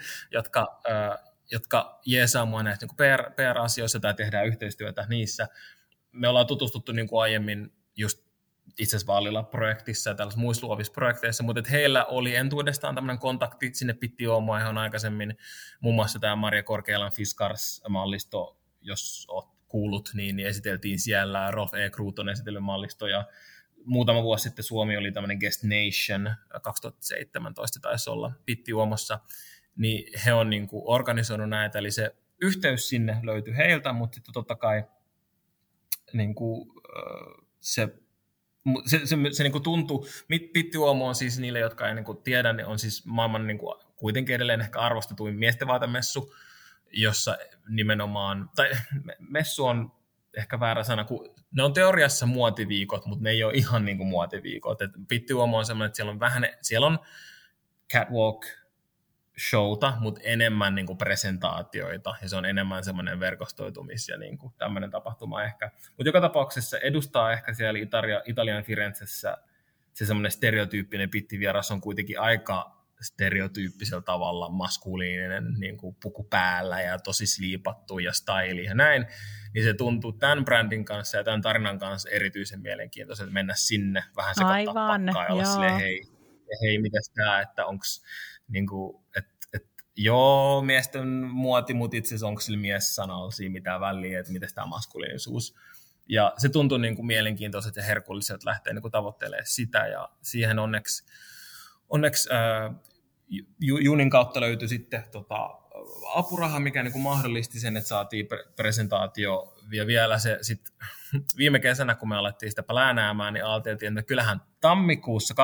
jotka jeesaa mua näistä niin kuin PR-asioissa tai tehdään yhteistyötä niissä. Me ollaan tutustuttu niin kuin aiemmin just itse asiassa Vaalila-projektissa ja tällaisissa muissa luovissa projekteissa, mutta heillä oli entuudestaan tämmöinen kontakti sinne Pitti Uomoon ihan aikaisemmin, muun muassa tämä Maria Korkealan Fiskars-mallisto, jos olet kuullut, niin esiteltiin siellä, Rolf E. Kruut on esitellyt mallisto, ja muutama vuosi sitten Suomi oli tämmöinen Guest Nation, 2017 taisi olla Pitti Uomossa, niin he on niin kuin organisoinut näitä, eli se yhteys sinne löytyi heiltä, mutta sitten totta kai niin kuin, se niin kuin tuntuu, Pitti Uomo on siis niille, jotka ei niin kuin tiedä, niin on siis maailman niin kuin, kuitenkin edelleen ehkä arvostetuin miesten vaatemessu, jossa nimenomaan, tai messu on ehkä väärä sana, kun ne on teoriassa muotiviikot, mutta ne ei ole ihan niin kuin muotiviikot. Et Pitti Uomo on sellainen, että siellä on catwalk showta, mutta enemmän niin kuin presentaatioita, ja se on enemmän semmoinen verkostoitumis ja niin kuin tämmöinen tapahtuma ehkä. Mutta joka tapauksessa edustaa ehkä siellä Italian Firenzessä se semmoinen stereotyyppinen pittivieras on kuitenkin aika stereotyyppisellä tavalla maskuliininen niin kuin puku päällä ja tosi sliipattu ja styli ja näin, niin se tuntuu tämän brändin kanssa ja tämän tarinan kanssa erityisen mielenkiintoiselta mennä sinne vähän sekoittaa pakkaa ja olla silleen, hei, mitäs tää, että onks niinku, joo, miesten muoti, mutta itse asiassa onko sillä mies-sanalla siinä mitään väliä, että miten tämä maskuliinisuus. Ja se tuntuu niin kuin mielenkiintoiselta ja herkulliselta lähteä niin kuin tavoittelemaan sitä, ja siihen onneksi Junin kautta löytyi sitten apuraha, mikä niin kuin mahdollisti sen, että saatiin presentaatio, ja vielä se sitten viime kesänä, kun me alettiin sitä pläänäämään, niin ajateltiin, että kyllähän tammikuussa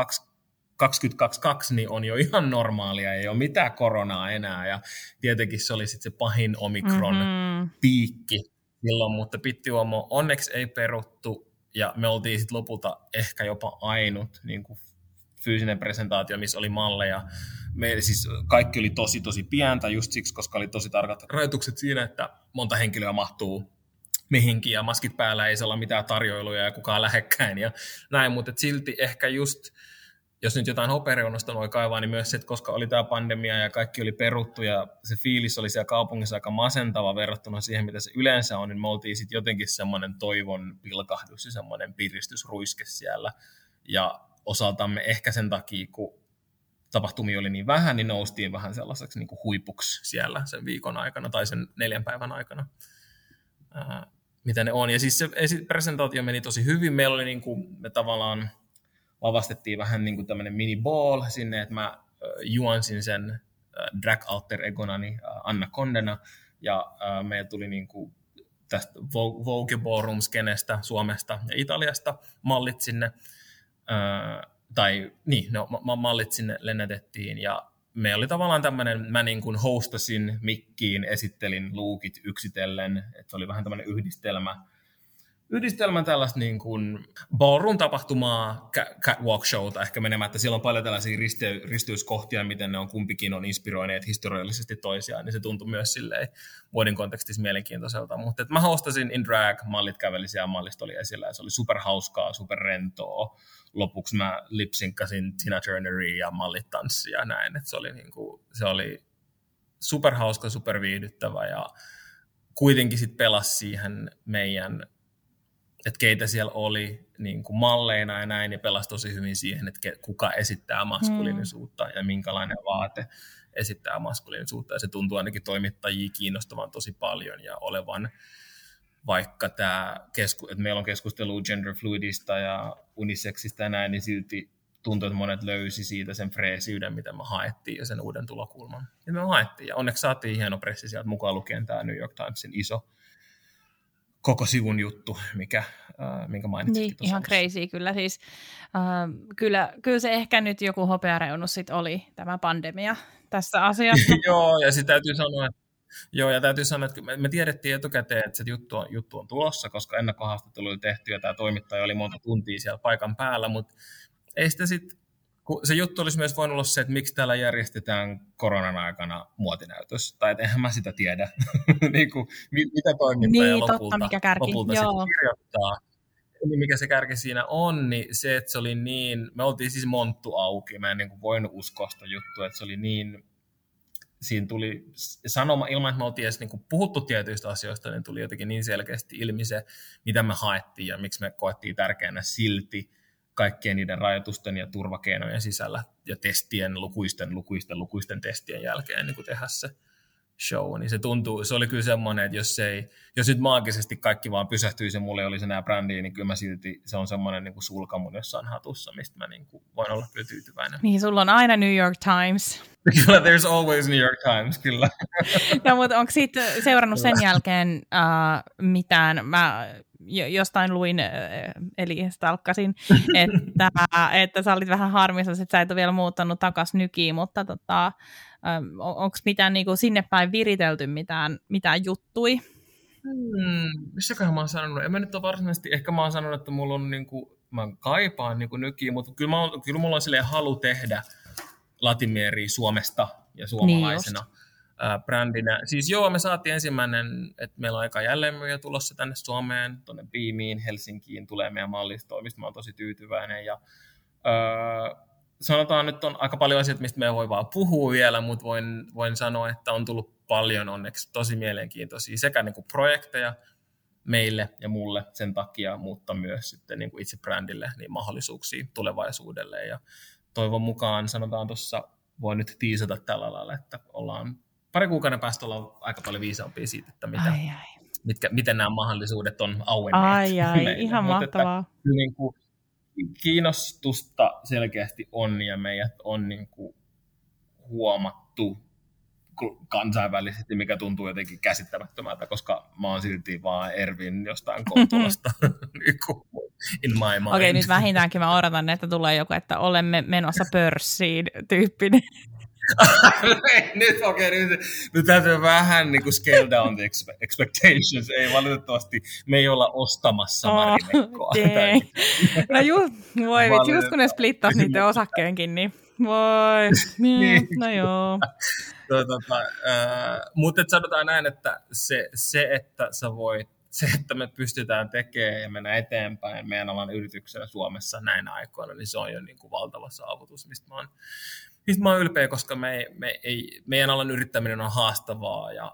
2022 niin on jo ihan normaalia, ei ole mitään koronaa enää, ja tietenkin se oli sitten se pahin omikron-piikki silloin, mutta Pitti Uomo onneksi ei peruttu, ja me oltiin sitten lopulta ehkä jopa ainut niin kuin fyysinen presentaatio, missä oli malleja. Meillä siis kaikki oli tosi pientä just siksi, koska oli tosi tarkat rajoitukset siinä, että monta henkilöä mahtuu mihinkin, ja maskit päällä ei saa olla mitään tarjoiluja ja kukaan lähekkäin ja näin, mutta silti ehkä just jos nyt jotain hopeareunasta voi kaivaa, niin myös se, että koska oli tämä pandemia ja kaikki oli peruttu ja se fiilis oli siellä kaupungissa aika masentava verrattuna siihen, mitä se yleensä on, niin me oltiin sitten jotenkin semmoinen toivon pilkahdus ja semmoinen piristysruiske siellä. Ja osaltamme ehkä sen takia, kun tapahtumia oli niin vähän, niin noustiin vähän sellaiseksi niin kuin huipuksi siellä sen viikon aikana tai sen 4 päivän aikana, mitä ne on. Ja siis se presentaatio meni tosi hyvin. Meillä oli niin kuin, me tavallaan lavastettiin vähän niin kuin tämmöinen mini-ball sinne, että mä juonsin sen drag alter egonani Anna Kondena, ja meillä tuli niin kuin tästä Vogue Ballroom-skenestä Suomesta ja Italiasta mallit sinne, mallit sinne lennätettiin, ja me oli tavallaan tämmöinen, mä niin kuin hostasin mikkiin, esittelin luukit yksitellen, että se oli vähän tämmöinen yhdistelmä yhdistelmän tällaista niin kuin ballroom-tapahtumaa, catwalk-showta ehkä menemättä. Siellä on paljon tällaisia risteyskohtia, miten ne on kumpikin on inspiroineet historiallisesti toisiaan, niin se tuntui myös silleen vuodin kontekstissa mielenkiintoiselta. Mutta mä hostasin in drag, mallit käveli siellä, mallista oli esillä ja se oli superhauskaa, superrentoa. Lopuksi mä lipsinkkasin Tina Turneria ja mallit tanssia ja näin. Et se oli superhauska, superviihdyttävä ja kuitenkin sitten pelasi siihen meidän, että keitä siellä oli niin kuin malleina ja näin, ja pelasi tosi hyvin siihen, että kuka esittää maskuliinisuutta ja minkälainen vaate esittää maskuliinisuutta. Ja se tuntuu ainakin toimittajia kiinnostavan tosi paljon ja olevan, vaikka että meillä on keskustelua genderfluidista ja uniseksistä ja näin, niin silti tuntuu, että monet löysi siitä sen freesiyden, mitä me haettiin ja sen uuden tulokulman. Ja me haettiin, ja onneksi saatiin hieno pressi sieltä mukaan lukien tämä New York Timesin iso koko sivun juttu, minkä mainitsitkin niin, ihan crazy kyllä. Siis, kyllä se ehkä nyt joku hopeareunus sit oli tämä pandemia tässä asiassa. Joo, ja sitten täytyy sanoa, että me tiedettiin etukäteen, että se juttu on tulossa, koska ennakkohaastattelu oli tehty ja tämä toimittaja oli monta tuntia siellä paikan päällä, mutta ei sitä sitten, se juttu olisi myös voinut olla se, että miksi täällä järjestetään koronan aikana muotinäytös, tai et eihän mä sitä tiedä, niin kuin, mitä toimittaja niin, lopulta sitten kirjoittaa. Niin mikä se kärki siinä on, niin se, että se oli niin, me oltiin siis monttu auki, mä en niin kuin voinut uskoa sitä juttua, että se oli niin, siinä tuli sanoma, ilman että me oltiin edes niin kuin puhuttu tietyistä asioista, niin tuli jotenkin niin selkeästi ilmi se, mitä me haettiin ja miksi me koettiin tärkeänä silti kaikkien niiden rajoitusten ja turvakeinojen sisällä ja testien, lukuisten testien jälkeen niin kuin tehdä se show, niin se oli kyllä semmoinen, että jos nyt maagisesti kaikki vaan pysähtyisi ja mulle olisi enää brändiä, niin kyllä mä silti, se on semmoinen niin kuin sulka mun jossain hatussa, mistä mä niin kuin voin olla kyllä tyytyväinen. Niin, sulla on aina New York Times. Kyllä, there's always New York Times, kyllä. No, mutta onko siitä seurannut sen jälkeen mitään, mä jostain luin, eli stalkkasin, että sä olit vähän harmissasi, että sä et ole vielä muuttanut takaisin Nykiin, mutta onko mitään niin kuin sinne päin viritelty mitään juttui? Missäköhän mä oon sanonut? En mä nyt ole varsinaisesti, ehkä mä oon sanonut, että mulla on mä kaipaan Nykiin, mutta kyllä mulla on silleen halu tehdä Latimieria Suomesta ja suomalaisena brändinä. Siis joo, me saatiin ensimmäinen, että meillä on aika jälleenmyyjä tulossa tänne Suomeen, tuonne Beamiin, Helsinkiin tulee meidän mallistoon, mistä mä oon tosi tyytyväinen. Ja sanotaan, nyt on aika paljon asioita, mistä me voi vaan puhua vielä, mutta voin sanoa, että on tullut paljon onneksi tosi mielenkiintoisia sekä niin kuin projekteja meille ja mulle sen takia, mutta myös sitten niin kuin itse brändille niin mahdollisuuksia tulevaisuudelle. Ja toivon mukaan, sanotaan tuossa, voin nyt tiisata tällä lailla, että ollaan pari kuukauden päästä ollaan aika paljon viisaampia siitä, että miten nämä mahdollisuudet on auenneet. Ihan mahtavaa. Että, niin kuin, kiinnostusta selkeästi on ja meidät on niin kuin huomattu kansainvälisesti, mikä tuntuu jotenkin käsittämättömältä, koska mä oon silti vaan Ervin jostain Kontulasta in my mind. Okei, nyt vähintäänkin mä odotan, että tulee joku, että olemme menossa pörssiin -tyyppinen. Nyt täytyy vähän niin kuin scale down the expectations. Ei valitettavasti, me ei olla ostamassa Marimekkoa. No just kun ne splittasi niiden osakkeenkin, niin voi, no joo. Mutta sanotaan näin, että se, että me pystytään tekemään ja mennä eteenpäin meidän alan yrityksenä Suomessa näinä aikoina, niin se on jo niin kuin valtava saavutus, mistä mä oon ylpeä, koska meidän alan yrittäminen on haastavaa ja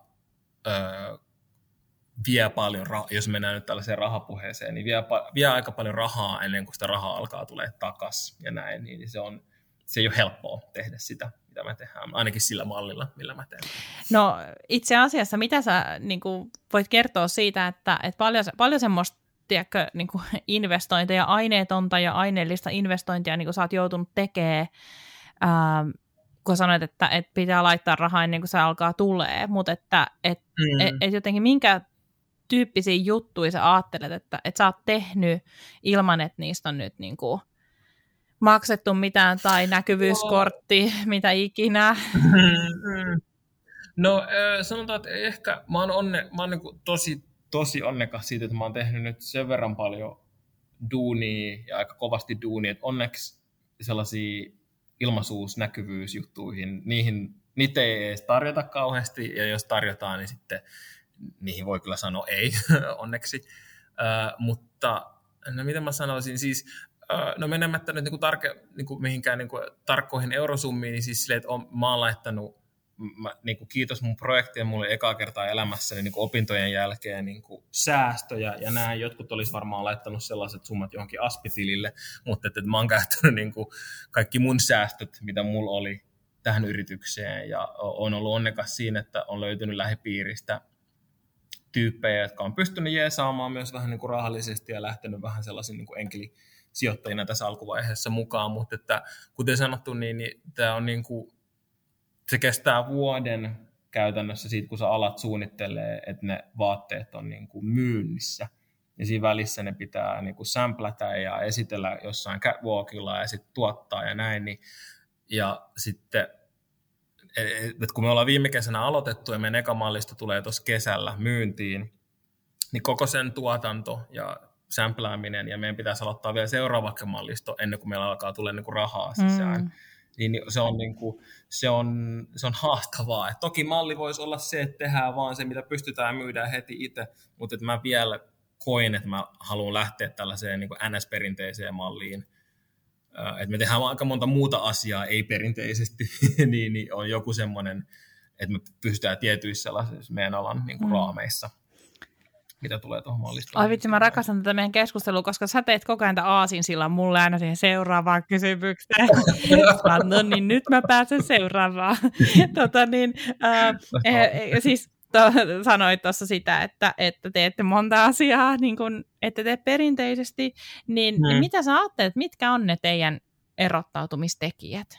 vie paljon, jos mennään nyt tällaiseen rahapuheeseen, niin vie aika paljon rahaa ennen kuin sitä rahaa alkaa tulee takaisin ja näin, niin se ei ole helppoa tehdä sitä, mitä me tehdään, ainakin sillä mallilla, millä mä teen. No itse asiassa, mitä sä niin kuin, voit kertoa siitä, että paljon semmoista tiedätkö, niin kuin investointeja, aineetonta ja aineellista investointia niin kuin sä oot joutunut tekemään, kun sanoit, että pitää laittaa rahaa ennen kuin se alkaa tulee, mutta että jotenkin minkä tyyppisiä juttuja sä ajattelet, että sä oot tehnyt ilman, että niistä on nyt niin kuin maksettu mitään tai näkyvyyskortti, mitä ikinä? No sanotaan, että ehkä mä oon niin kuin tosi onnekas siitä, että mä oon tehnyt nyt sen verran paljon duunia ja aika kovasti duunia, että onneksi sellaisia ilmaisuusnäkyvyysjuttuihin, niitä ei edes tarjota kauheasti, ja jos tarjotaan, niin sitten niihin voi kyllä sanoa ei, onneksi. Mutta no miten mä sanoisin, siis no menemättä nyt mihinkään tarkkoihin eurosummiin, niin siis silleen, että mä oon laittanut kiitos mun projektien mulle ekaa kertaa elämässäni opintojen jälkeen säästöjä, ja nämä jotkut olisi varmaan laittanut sellaiset summat johonkin aspitilille, mutta että mä oon käyttänyt kaikki mun säästöt, mitä mulla oli tähän yritykseen, ja on ollut onnekas siinä, että on löytynyt lähipiiristä tyyppejä, jotka on pystynyt jeesaamaan myös vähän rahallisesti ja lähtenyt vähän sellaisiin enkelisijoittajina tässä alkuvaiheessa mukaan, mutta että kuten sanottu, niin tämä on se kestää vuoden käytännössä siitä, kun sä alat suunnittelee, että ne vaatteet on myynnissä. Ja siinä välissä ne pitää samplätä ja esitellä jossain catwalkilla ja sitten tuottaa ja näin. Ja sitten, että kun me ollaan viime kesänä aloitettu ja meidän eka mallisto tulee tuossa kesällä myyntiin, niin koko sen tuotanto ja samplääminen ja meidän pitäisi aloittaa vielä seuraava mallisto ennen kuin meillä alkaa tulla rahaa sisään. Niin se on haastavaa. Et toki malli voisi olla se, että tehdään vaan se, mitä pystytään myydään heti itse, mutta mä vielä koin, että mä haluan lähteä tällaiseen NS-perinteiseen malliin. Että me tehdään aika monta muuta asiaa ei-perinteisesti, niin on joku semmoinen, että me pystytään tietyissä sellaisissa meidän alan raameissa, mitä tulee tuohon mallistoon. Ai vitsi, mä rakastan tätä meidän keskustelua, koska sä teet koko ajan aasinsillan mulle aina siihen seuraavaan kysymykseen. No niin, nyt mä pääsen seuraavaan. Siis sanoit tuossa sitä, että teette monta asiaa, niin kun ette tee perinteisesti, niin mitä sä ajattelet, mitkä on ne teidän erottautumistekijät?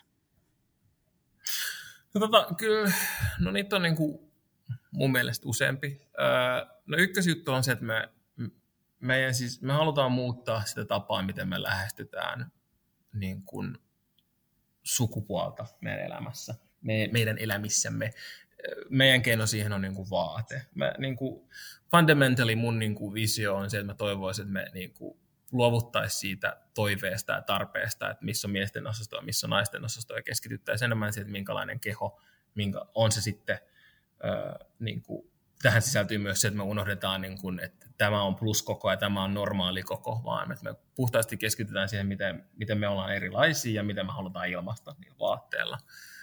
Kyllä, no niitä on mun mielestä useampi. No ykkösjuttu on se, että me halutaan muuttaa sitä tapaa, miten me lähestytään sukupuolta meidän elämässä, meidän elämissämme. Meidän keino siihen on vaate. Fundamentally mun visio on se, että mä toivoisin, että me luovuttaisiin siitä toiveesta ja tarpeesta, että missä on miesten osasto ja missä on naisten osasto, ja keskityttäisiin enemmän siihen, että minkälainen keho, minkä on se sitten. Tähän sisältyy myös se, että me unohdetaan, että tämä on pluskoko ja tämä on normaali koko, vaan että me puhtaasti keskitytään siihen, miten me ollaan erilaisia ja miten me halutaan ilmaista niillä vaatteilla.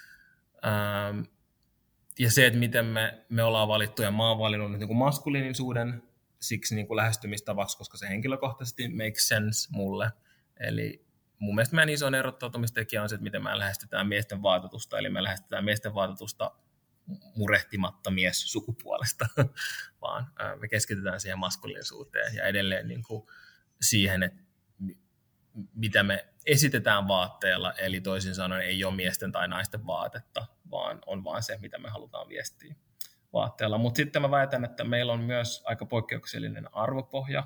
Ja se, että miten me ollaan valittu, ja mä oon valinnut maskuliinisuuden siksi lähestymistavaksi, koska se henkilökohtaisesti makes sense mulle. Eli mun mielestä meidän isoin erottautumistekijä on se, että miten me lähestytään miesten vaatetusta, eli me lähestytään miesten vaatetusta murehtimatta mies sukupuolesta, vaan me keskitytään siihen maskuliinisuuteen ja edelleen siihen, että mitä me esitetään vaatteella, eli toisin sanoen ei ole miesten tai naisten vaatetta, vaan on vaan se, mitä me halutaan viestiä vaatteella. Mutta sitten mä väitän, että meillä on myös aika poikkeuksellinen arvopohja.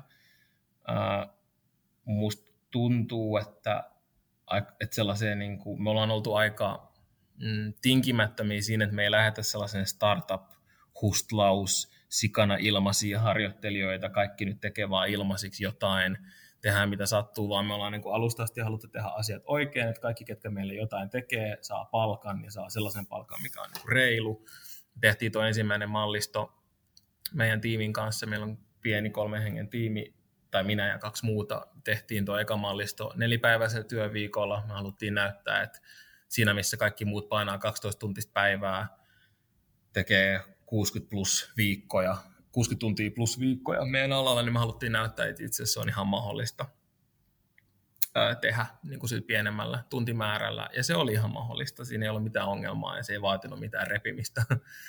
Musta tuntuu, että sellaiseen, me ollaan oltu aika tinkimättömiä siinä, että me ei lähetä sellaisen startup-hustlaus, sikana ilmaisia harjoittelijoita, kaikki nyt tekee vaan ilmaisiksi jotain, tehdään mitä sattuu, vaan me ollaan alusta asti haluttu tehdä asiat oikein, että kaikki, ketkä meille jotain tekee, saa palkan ja saa sellaisen palkan, mikä on reilu. Tehtiin tuo ensimmäinen mallisto meidän tiimin kanssa, meillä on pieni 3 hengen tiimi, tai minä ja 2 muuta, tehtiin tuo eka mallisto 4-päiväisellä työviikolla. Me haluttiin näyttää, että siinä missä kaikki muut painaa 12 tuntista päivää, tekee 60 tuntia plus viikkoja meidän alalla, niin me haluttiin näyttää, että itse asiassa on ihan mahdollista tehdä sillä pienemmällä tuntimäärällä. Ja se oli ihan mahdollista, siinä ei ollut mitään ongelmaa ja se ei vaatinut mitään repimistä.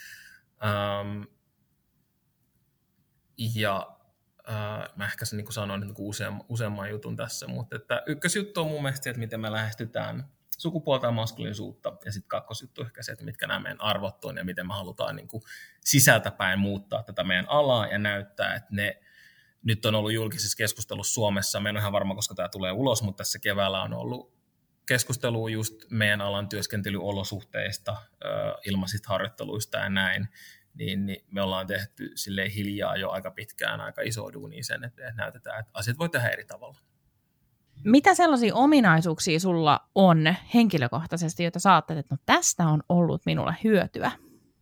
Mä ehkä sanoin useamman jutun tässä, mutta että ykkösjuttu on mun mielestä se, että miten me lähestytään sukupuolta ja maskuliinisuutta, ja sitten kakkosjuttu ehkä se, että mitkä nämä meidän arvot on ja miten me halutaan sisältäpäin muuttaa tätä meidän alaa ja näyttää, että ne nyt on ollut julkisessa keskustelussa Suomessa, mä en ole ihan varma, koska tämä tulee ulos, mutta tässä keväällä on ollut keskustelua just meidän alan työskentelyolosuhteista, ilmaisista harjoitteluista ja näin, niin me ollaan tehty silleen hiljaa jo aika pitkään aika iso duunia sen, että näytetään, että asiat voi tehdä eri tavalla. Mitä sellaisia ominaisuuksia sulla on henkilökohtaisesti, joita sä ajattelet, että no tästä on ollut minulle hyötyä?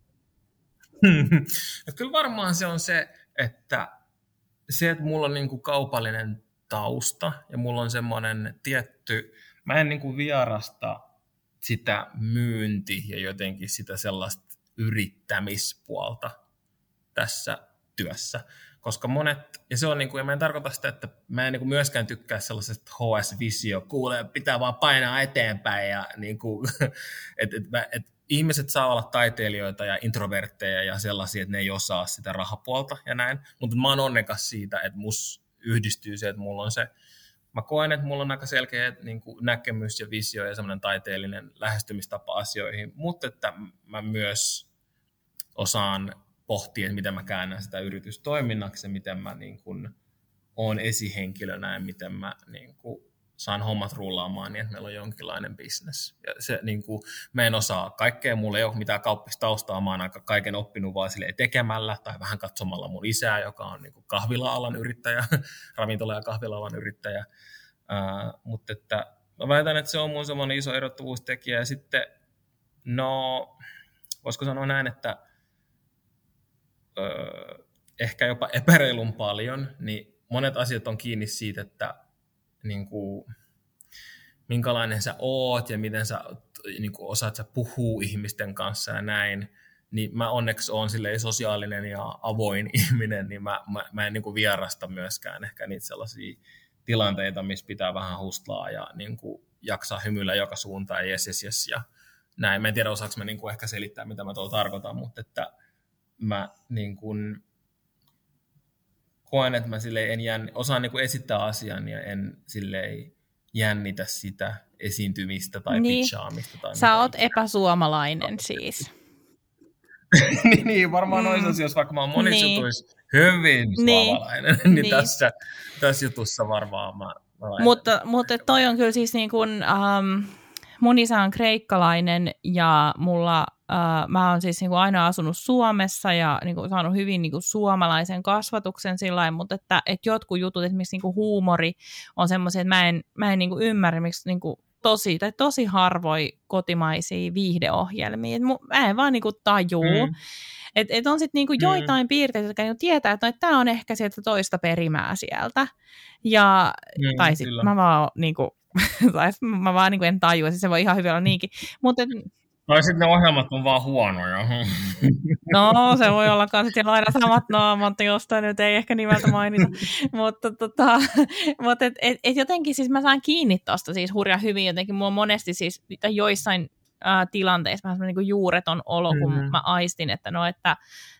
Kyllä varmaan se on se, että mulla on niin kuin kaupallinen tausta ja mulla on semmoinen tietty, mä en niin kuin vierasta sitä myynti ja jotenkin sitä sellaista yrittämispuolta tässä työssä. Koska monet, ja se on niin kuin, ja mä en tarkoita sitä, että mä en niin kuin myöskään tykkää sellaisesta HS-visio, kuulee, pitää vaan painaa eteenpäin ja niin kuin, että ihmiset saa olla taiteilijoita ja introvertteja ja sellaisia, että ne ei osaa sitä rahapuolta ja näin, mutta mä oon onnekas siitä, että mus yhdistyy se, että mulla on se, mä koen, että mulla on aika selkeä niin kuin näkemys ja visio ja semmoinen taiteellinen lähestymistapa asioihin, mutta että mä myös osaan pohtia, että miten mä käännän sitä yritystoiminnaksi ja miten mä niin kuin oon esihenkilönä ja miten mä niin kuin saan hommat rullaamaan niin, että meillä on jonkinlainen business. Ja se, niin kuin, mä en osaa kaikkea, mulla ei ole mitään kauppistaustaa, mä oon aika kaiken oppinut vaan silleen tekemällä tai vähän katsomalla mun isää, joka on niin kuin kahvila-alan yrittäjä, ravintola- ja kahvila-alan yrittäjä. Mutta että mä väitän, että se on mun semmoinen iso erottuvuustekijä. Ja sitten, no, voisiko sanoa näin, että ehkä jopa epäreilun paljon, niin monet asiat on kiinni siitä, että niin kuin, minkälainen sä oot ja miten sä niin kuin osaat sä puhua ihmisten kanssa ja näin, niin mä onneksi oon silleen sosiaalinen ja avoin ihminen, niin mä en niin kuin vierasta myöskään ehkä niitä sellaisia tilanteita, missä pitää vähän hustlaa ja niin kuin jaksaa hymyillä joka suuntaan ja jes ja näin. Mä en tiedä, osaanko mä niin kuin ehkä selittää, mitä mä tuolla tarkoitan, mutta että mä niin kuin koen, että mä osaan niin kuin esittää asian ja en silleen jännitä sitä esiintymistä tai pitchaamista. Tai sä oot epäsuomalainen siis. niin, varmaan noissa asioissa, vaikka mä oon monissa jutuissa hyvin suomalainen, niin tässä jutussa varmaan mä Mutta toi on kyllä siis niin kuin, mun isä on kreikkalainen ja mä oon siis niin kuin aina asunut Suomessa ja niin kuin saanut hyvin niin kuin suomalaisen kasvatuksen sillain, mutta että jotkut jutut, esimerkiksi niin kuin huumori on semmoisia, että mä en niin kuin ymmärrä, miksi niin kuin tosi harvoin kotimaisia viihdeohjelmia. Mä en vaan niin kuin tajuu. Että on sitten niinku joitain piirteitä, jotka niinku tietää, että tämä on ehkä sieltä toista perimää sieltä. Ja, tai sitten mä vaan, niinku, niinku en tajua, siis se voi ihan hyvin olla niinkin. Tai sitten ne ohjelmat on vaan huonoja. No, se voi olla myös sitten aina samat naamat, jostain nyt ei ehkä nimeltä mainita. mutta et jotenkin siis mä saan kiinni tuosta siis hurjan hyvin jotenkin. Mulla on monesti siis joissain tilanteissa vähän semmoinen niin juureton olo, kun mä aistin, että no, että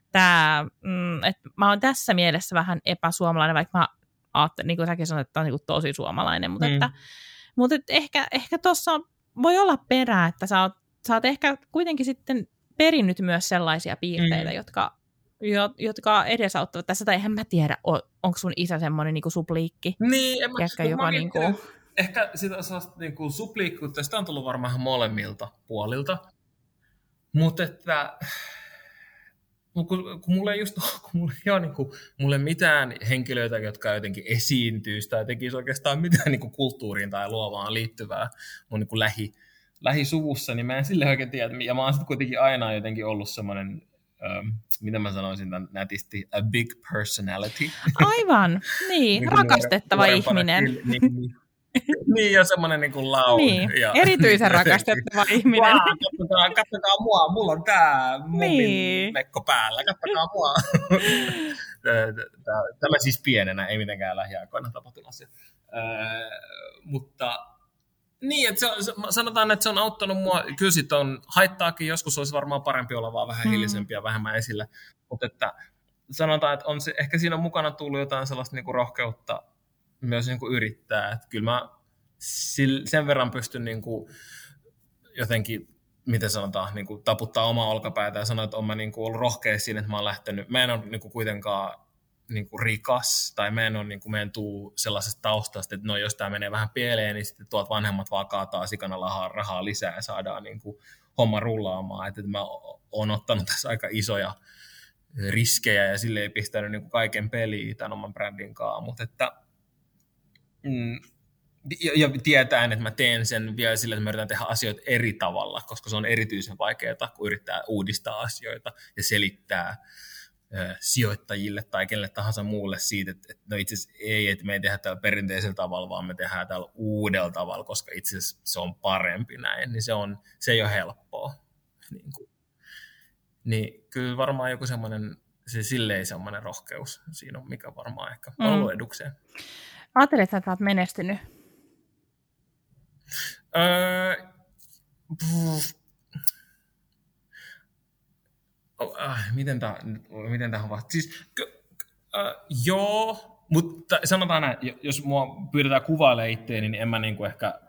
mä oon tässä mielessä vähän epäsuomalainen, vaikka mä ajattelin, niin kuin säkin sanoit, että tämä on niin kuin tosi suomalainen, mutta ehkä tuossa voi olla perää, että sä oot ehkä kuitenkin sitten perinnyt myös sellaisia piirteitä, jotka edesauttavat tässä, tai en mä tiedä, onko sun isä semmoinen niin kuin supliikki? Niin, en mä ehkä sitä niin supliikkuutta, sitä on tullut varmaan molemmilta puolilta, mutta että kun mulla ei ole niin mulle mitään henkilöitä, jotka jotenkin esiintyisi tai tekisi oikeastaan mitään niin kulttuuriin tai luovaan liittyvää mun niin lähisuvussa, niin mä en sille oikein tiedä. Ja mä oon sitten kuitenkin aina jotenkin ollut semmoinen, mitä mä sanoisin tämän nätisti, a big personality. Aivan, niin rakastettava ihminen. Niin, ja semmoinen niin kuin laun. Niin, erityisen rakastettava ihminen. Wow, katsokaa mua, mulla on tää mummin mekko päällä, katsokaa mua. Tämä siis pienenä, ei mitenkään lähiaikoina tapahtunut asia. Mutta niin, että sanotaan, että se on auttanut mua. Kyllä sitten on haittaakin, joskus olisi varmaan parempi olla vaan vähän hiljaisempi ja vähemmän esillä. Mutta että sanotaan, että on se, ehkä siinä on mukana tullut jotain sellaista niinku rohkeutta myös niinku yrittää. Että kyllä mä sen verran pystyn niinku jotenkin, miten sanotaan, niinku taputtaa omaa olkapäätä ja sanoa, että olen mä niinku ollut rohkea siinä, että mä oon lähtenyt. Mä en ole niinku kuitenkaan niinku rikas, tai mä en tuu sellaisesta taustasta, että no jos tämä menee vähän pieleen, niin sitten tuolta vanhemmat vaan kaataa sikana rahaa lisää ja saadaan niinku homma rullaamaan. Että mä oon ottanut tässä aika isoja riskejä ja sille ei pistänyt niin kuin kaiken peliin tämän oman brändin kanssa, mutta että ja tietäen, että mä teen sen vielä sillä, että mä yritän tehdä asioita eri tavalla, koska se on erityisen vaikeaa, kun yrittää uudistaa asioita ja selittää sijoittajille tai kenelle tahansa muulle siitä, että no itse asiassa ei, että me ei tehdä tällä perinteisellä tavalla, vaan me tehdään tällä uudella tavalla, koska itse asiassa se on parempi näin, niin se ei ole helppoa. Niin kyllä varmaan joku semmoinen, silleen semmoinen rohkeus siinä on, mikä varmaan ehkä on ollut edukseen. Ajattelet, että olet menestynyt? Miten tähän vastaa? Siis, joo, mutta sanotaan näin, jos mua pyydetään kuvailemaan itseäni, niin en mä niinku ehkä...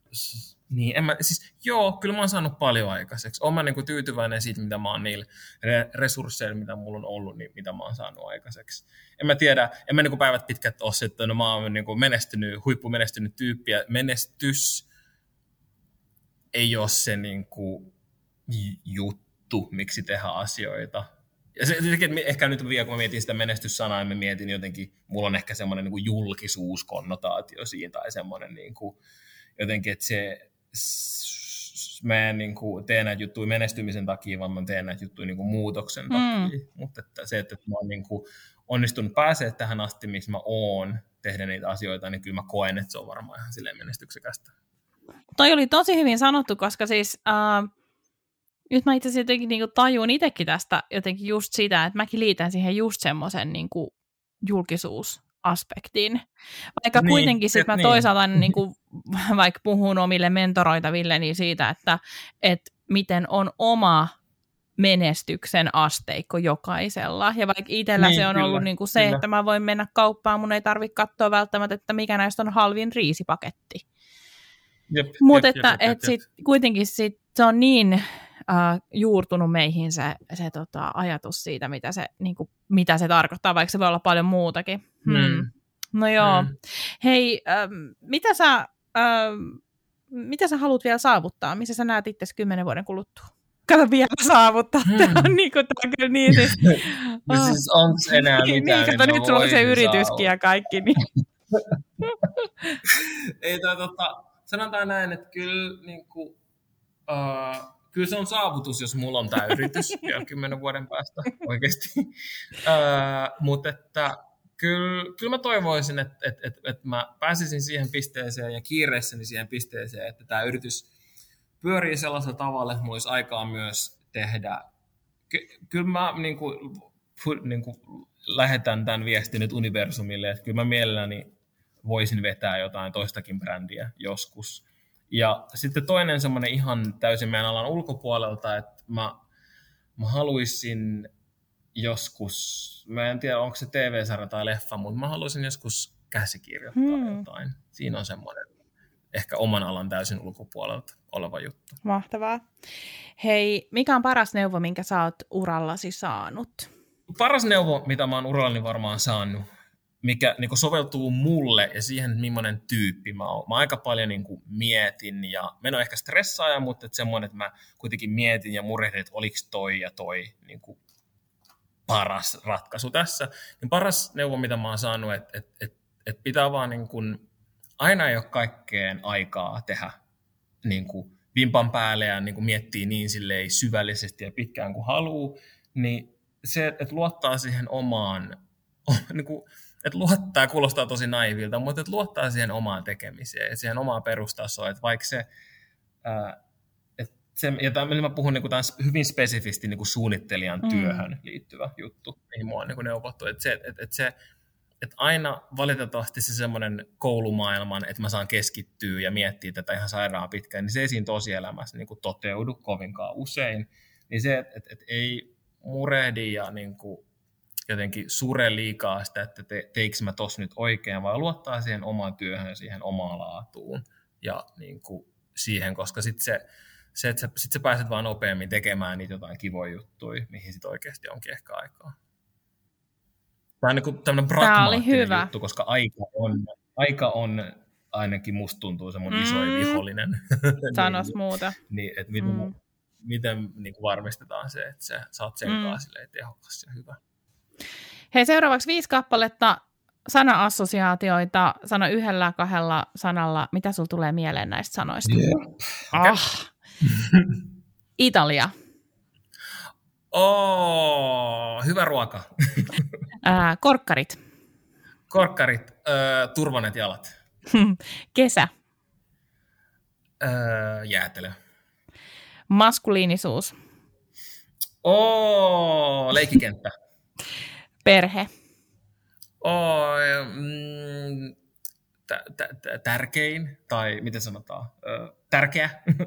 Joo, kyllä mä oon saanut paljon aikaiseksi. Oon mä niinku tyytyväinen siitä, mitä mä oon niillä resursseilla, mitä mulla on ollut, niin mitä mä oon saanut aikaiseksi. En mä tiedä, en mä niinku päivät pitkät ole se, että no mä oon niinku huippumenestynyt tyyppi, ja menestys ei ole se niinku juttu, miksi tehdä asioita. Ja se ehkä nyt vielä, kun mä mietin sitä menestyssanaa, mä mietin jotenkin, mulla on ehkä semmoinen niinku julkisuuskonnotaatio siinä, tai semmoinen niinku, jotenkin, että mä en niin kuin tee näitä juttuja menestymisen takia, vaan mä teen näitä juttuja niin kuin muutoksen takia. Mutta että se, että mä oon niin kuin onnistunut pääsee tähän asti, missä mä oon tehdä niitä asioita, niin kyllä mä koen, että se on varmaan ihan silleen menestyksekästä. Toi oli tosi hyvin sanottu, koska siis nyt mä itse asiassa jotenkin niin kuin tajun itsekin tästä jotenkin just sitä, että mäkin liitän siihen just semmoisen niin kuin julkisuusaspektin. Vaikka kuitenkin sitten mä toisaalta niin kuin, vaikka puhun omille mentoroitaville niin siitä, että miten on oma menestyksen asteikko jokaisella. Ja vaikka itsellä se on ollut niin kuin se, että mä voin mennä kauppaan, mun ei tarvitse katsoa välttämättä, että mikä näistä on halvin riisipaketti. Mutta että kuitenkin se on niin juurtunut meihin se ajatus siitä, mitä se tarkoittaa, vaikka se voi olla paljon muutakin. No joo. Hei, mitä sä haluat vielä saavuttaa? Missä sä näet itse 10 vuoden kuluttua? Kato vielä saavuttaa. Tämä on kyllä niin siis. Siis onks enää mitään? Niin, kato nyt sulla on se yrityskin ja kaikki. Niin. Ei sanotaan näin, että kyllä niinku kyllä se on saavutus, jos mulla on tämä yritys vielä 10 vuoden päästä oikeasti. Mutta että kyllä mä toivoisin, että mä pääsisin siihen pisteeseen ja kiireessäni siihen pisteeseen, että tämä yritys pyörii sellaisella tavalla, että mulla olisi aikaa myös tehdä. Kyllä mä lähetän tämän viestin nyt universumille, että kyllä mä mielelläni voisin vetää jotain toistakin brändiä joskus. Ja sitten toinen semmoinen ihan täysin meidän alan ulkopuolelta, että mä haluaisin joskus, mä en tiedä onko se TV-sarja tai leffa, mutta mä haluaisin joskus käsikirjoittaa jotain. Siinä on semmoinen ehkä oman alan täysin ulkopuolelta oleva juttu. Mahtavaa. Hei, mikä on paras neuvo, minkä sä oot urallasi saanut? Paras neuvo, mitä mä oon urallani varmaan saanut, mikä niin soveltuu mulle ja siihen, että millainen tyyppi mä oon. Mä aika paljon niin mietin ja mä en ole ehkä stressaaja, mutta semmoinen, että mä kuitenkin mietin ja murehdin, että oliko toi ja toi niin paras ratkaisu tässä. Niin paras neuvo, mitä mä oon saanut, että pitää vaan niin kuin, aina ei ole kaikkeen aikaa tehdä niin kuin vimpan päälle ja niin kuin miettii niin silleen syvällisesti ja pitkään kuin haluaa, niin se, että luottaa siihen omaan niin kuin, että luottaa, kuulostaa tosi naivilta, mutta että luottaa siihen omaan tekemiseen ja siihen omaan perustasoon, että vaikka ja tämä, mä puhun niin taas hyvin spesifisti niin suunnittelijan työhön liittyvä juttu, mihin mua on niin neuvottu, että aina valitettavasti se semmoinen koulumaailman, että mä saan keskittyä ja miettiä tätä ihan sairaan pitkään, niin se ei siinä tosielämässä niin toteudu kovinkaan usein, niin se, että ei murehdi ja niin kuin jotenkin sure liikaa sitä, että teikö mä tossa nyt oikein, vaan luottaa siihen omaan työhön ja siihen omaan laatuun ja niin kuin siihen, koska sitten sä pääset vaan nopeammin tekemään niitä jotain kivoja juttuja, mihin sitten oikeasti onkin ehkä aikaa. Tämä on niin tämmöinen pragmaattinen juttu, koska aika on ainakin musta tuntuu se mun isoin vihollinen. Sanos muuta. Niin, että miten niin kuin varmistetaan se, että sä saat sen kanssa tehokas ja hyvä. Hei, seuraavaksi 5 kappaletta sana-assosiaatioita. Sano 1-2 sanalla, mitä sulla tulee mieleen näistä sanoista? Okay. Italia. Hyvä ruoka. Korkkarit. Korkkarit, turvanet jalat. Kesä. Jäätelö. Maskuliinisuus. Leikkikenttä. Perhe. Tärkein, tai miten sanotaan? Tärkeä.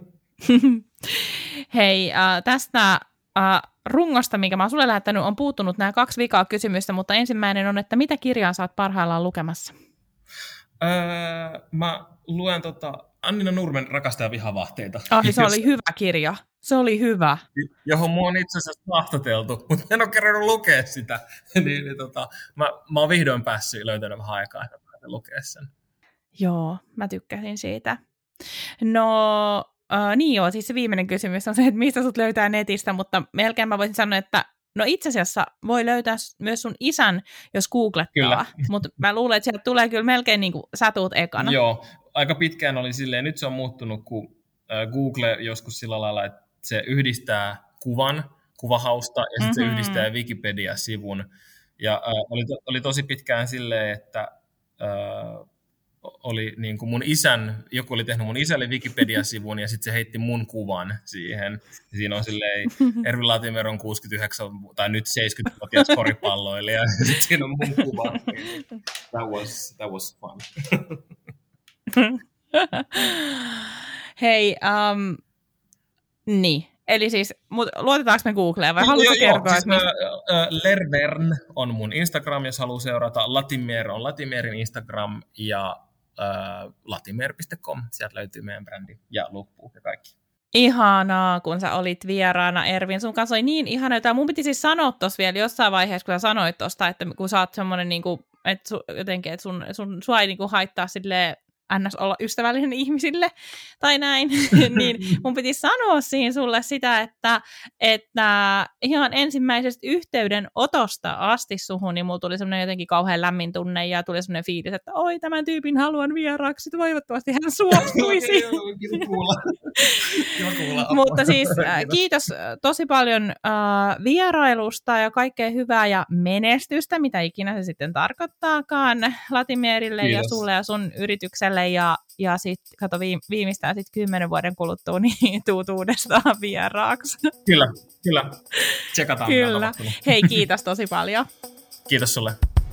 Hei, tästä rungosta, minkä mä oon sulle lähettänyt, on puuttunut nämä 2 vikaa kysymystä, mutta ensimmäinen on, että mitä kirjaa sä oot parhaillaan lukemassa? Mä luen Annina Nurmen Rakastaja vihavahteita. Se oli hyvä kirja. Se oli hyvä. Johon mua on itse asiassa haastateltu, mutta en ole kerännyt lukea sitä. Mä oon vihdoin päässyt löytänyt vähän aikaa, että pääsen lukea sen. Joo, mä tykkäsin siitä. Siis se viimeinen kysymys on se, että mistä sut löytää netistä, mutta melkein mä voisin sanoa, että itse asiassa voi löytää myös sun isän, jos googlettaa, mutta mä luulen, että sieltä tulee kyllä melkein niin kuin sä tuut ekana. Joo, aika pitkään oli silleen, nyt se on muuttunut, kun Google joskus sillä lailla, että se yhdistää kuvahausta ja sitten se yhdistää Wikipedia-sivun. Ja oli tosi pitkään silleen, että oli niin kuin joku oli tehnyt mun isälle Wikipedia-sivun ja sitten se heitti mun kuvan siihen. Ja siinä on silleen Ervi Latimer on 69 tai nyt 70-vuotias koripalloilija ja sitten siinä on mun kuva. That was fun. Hei, niin. Eli siis, luotetaanko me Googleen vai haluatko kertoa? Siis, Lervern on mun Instagram, jos haluaa seurata. Latimer on Latimerin Instagram ja latimer.com. Sieltä löytyy meidän brändi ja loppu ja kaikki. Ihanaa, kun sä olit vieraana, Ervin. Sun kanssa oli niin ihanaa. Mun piti siis sanoa tuossa vielä jossain vaiheessa, kun sä sanoit tuosta, että kun sä oot semmoinen, niin kuin, että jotenkin, että sua ei niin kuin haittaa silleen, ns. Olla ystävällinen ihmisille, tai näin, niin mun piti sanoa siinä sulle sitä, että ihan ensimmäisestä yhteydenotosta asti suhun, niin mulla tuli semmoinen jotenkin kauhean lämmin tunne, ja tuli semmoinen fiilis, että oi, tämän tyypin haluan vieraaksi, toivottavasti hän suostuisi. Kiva kuulla. Mutta siis kiitos tosi paljon vierailusta, ja kaikkea hyvää ja menestystä, mitä ikinä se sitten tarkoittaakaan Latimerille ja sulle ja sun yritykselle. Ja sitten kato viimeistään 10 vuoden kuluttua, niin tuut uudestaan vieraaksi. Kyllä. Tsekataan. Kyllä. Hei, kiitos tosi paljon. Kiitos sulle.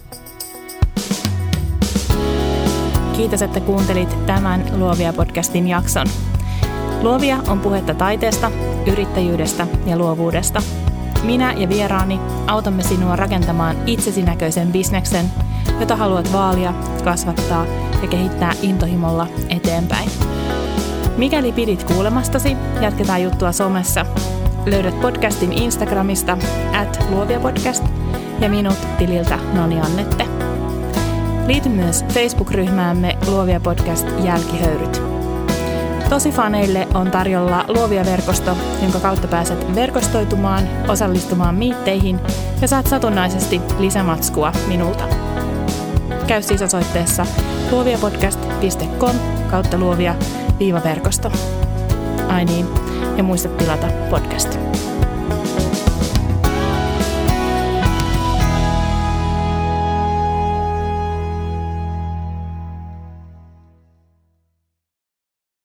Kiitos, että kuuntelit tämän Luovia-podcastin jakson. Luovia on puhetta taiteesta, yrittäjyydestä ja luovuudesta. Minä ja vieraani autamme sinua rakentamaan itsesi näköisen bisneksen, jota haluat vaalia, kasvattaa ja kehittää intohimolla eteenpäin. Mikäli pidit kuulemastasi, jatketaan juttua somessa. Löydät podcastin Instagramista @luoviapodcast ja minut tililtä Noni Annette. Liity myös Facebook-ryhmäämme Luovia Podcast Jälkihöyryt. Tosifaneille on tarjolla Luovia-verkosto, jonka kautta pääset verkostoitumaan, osallistumaan miitteihin ja saat satunnaisesti lisämatskua minulta. Käy siis osoitteessa luoviapodcast.com/luovia-verkosto. Ai niin, ja muista tilata podcast.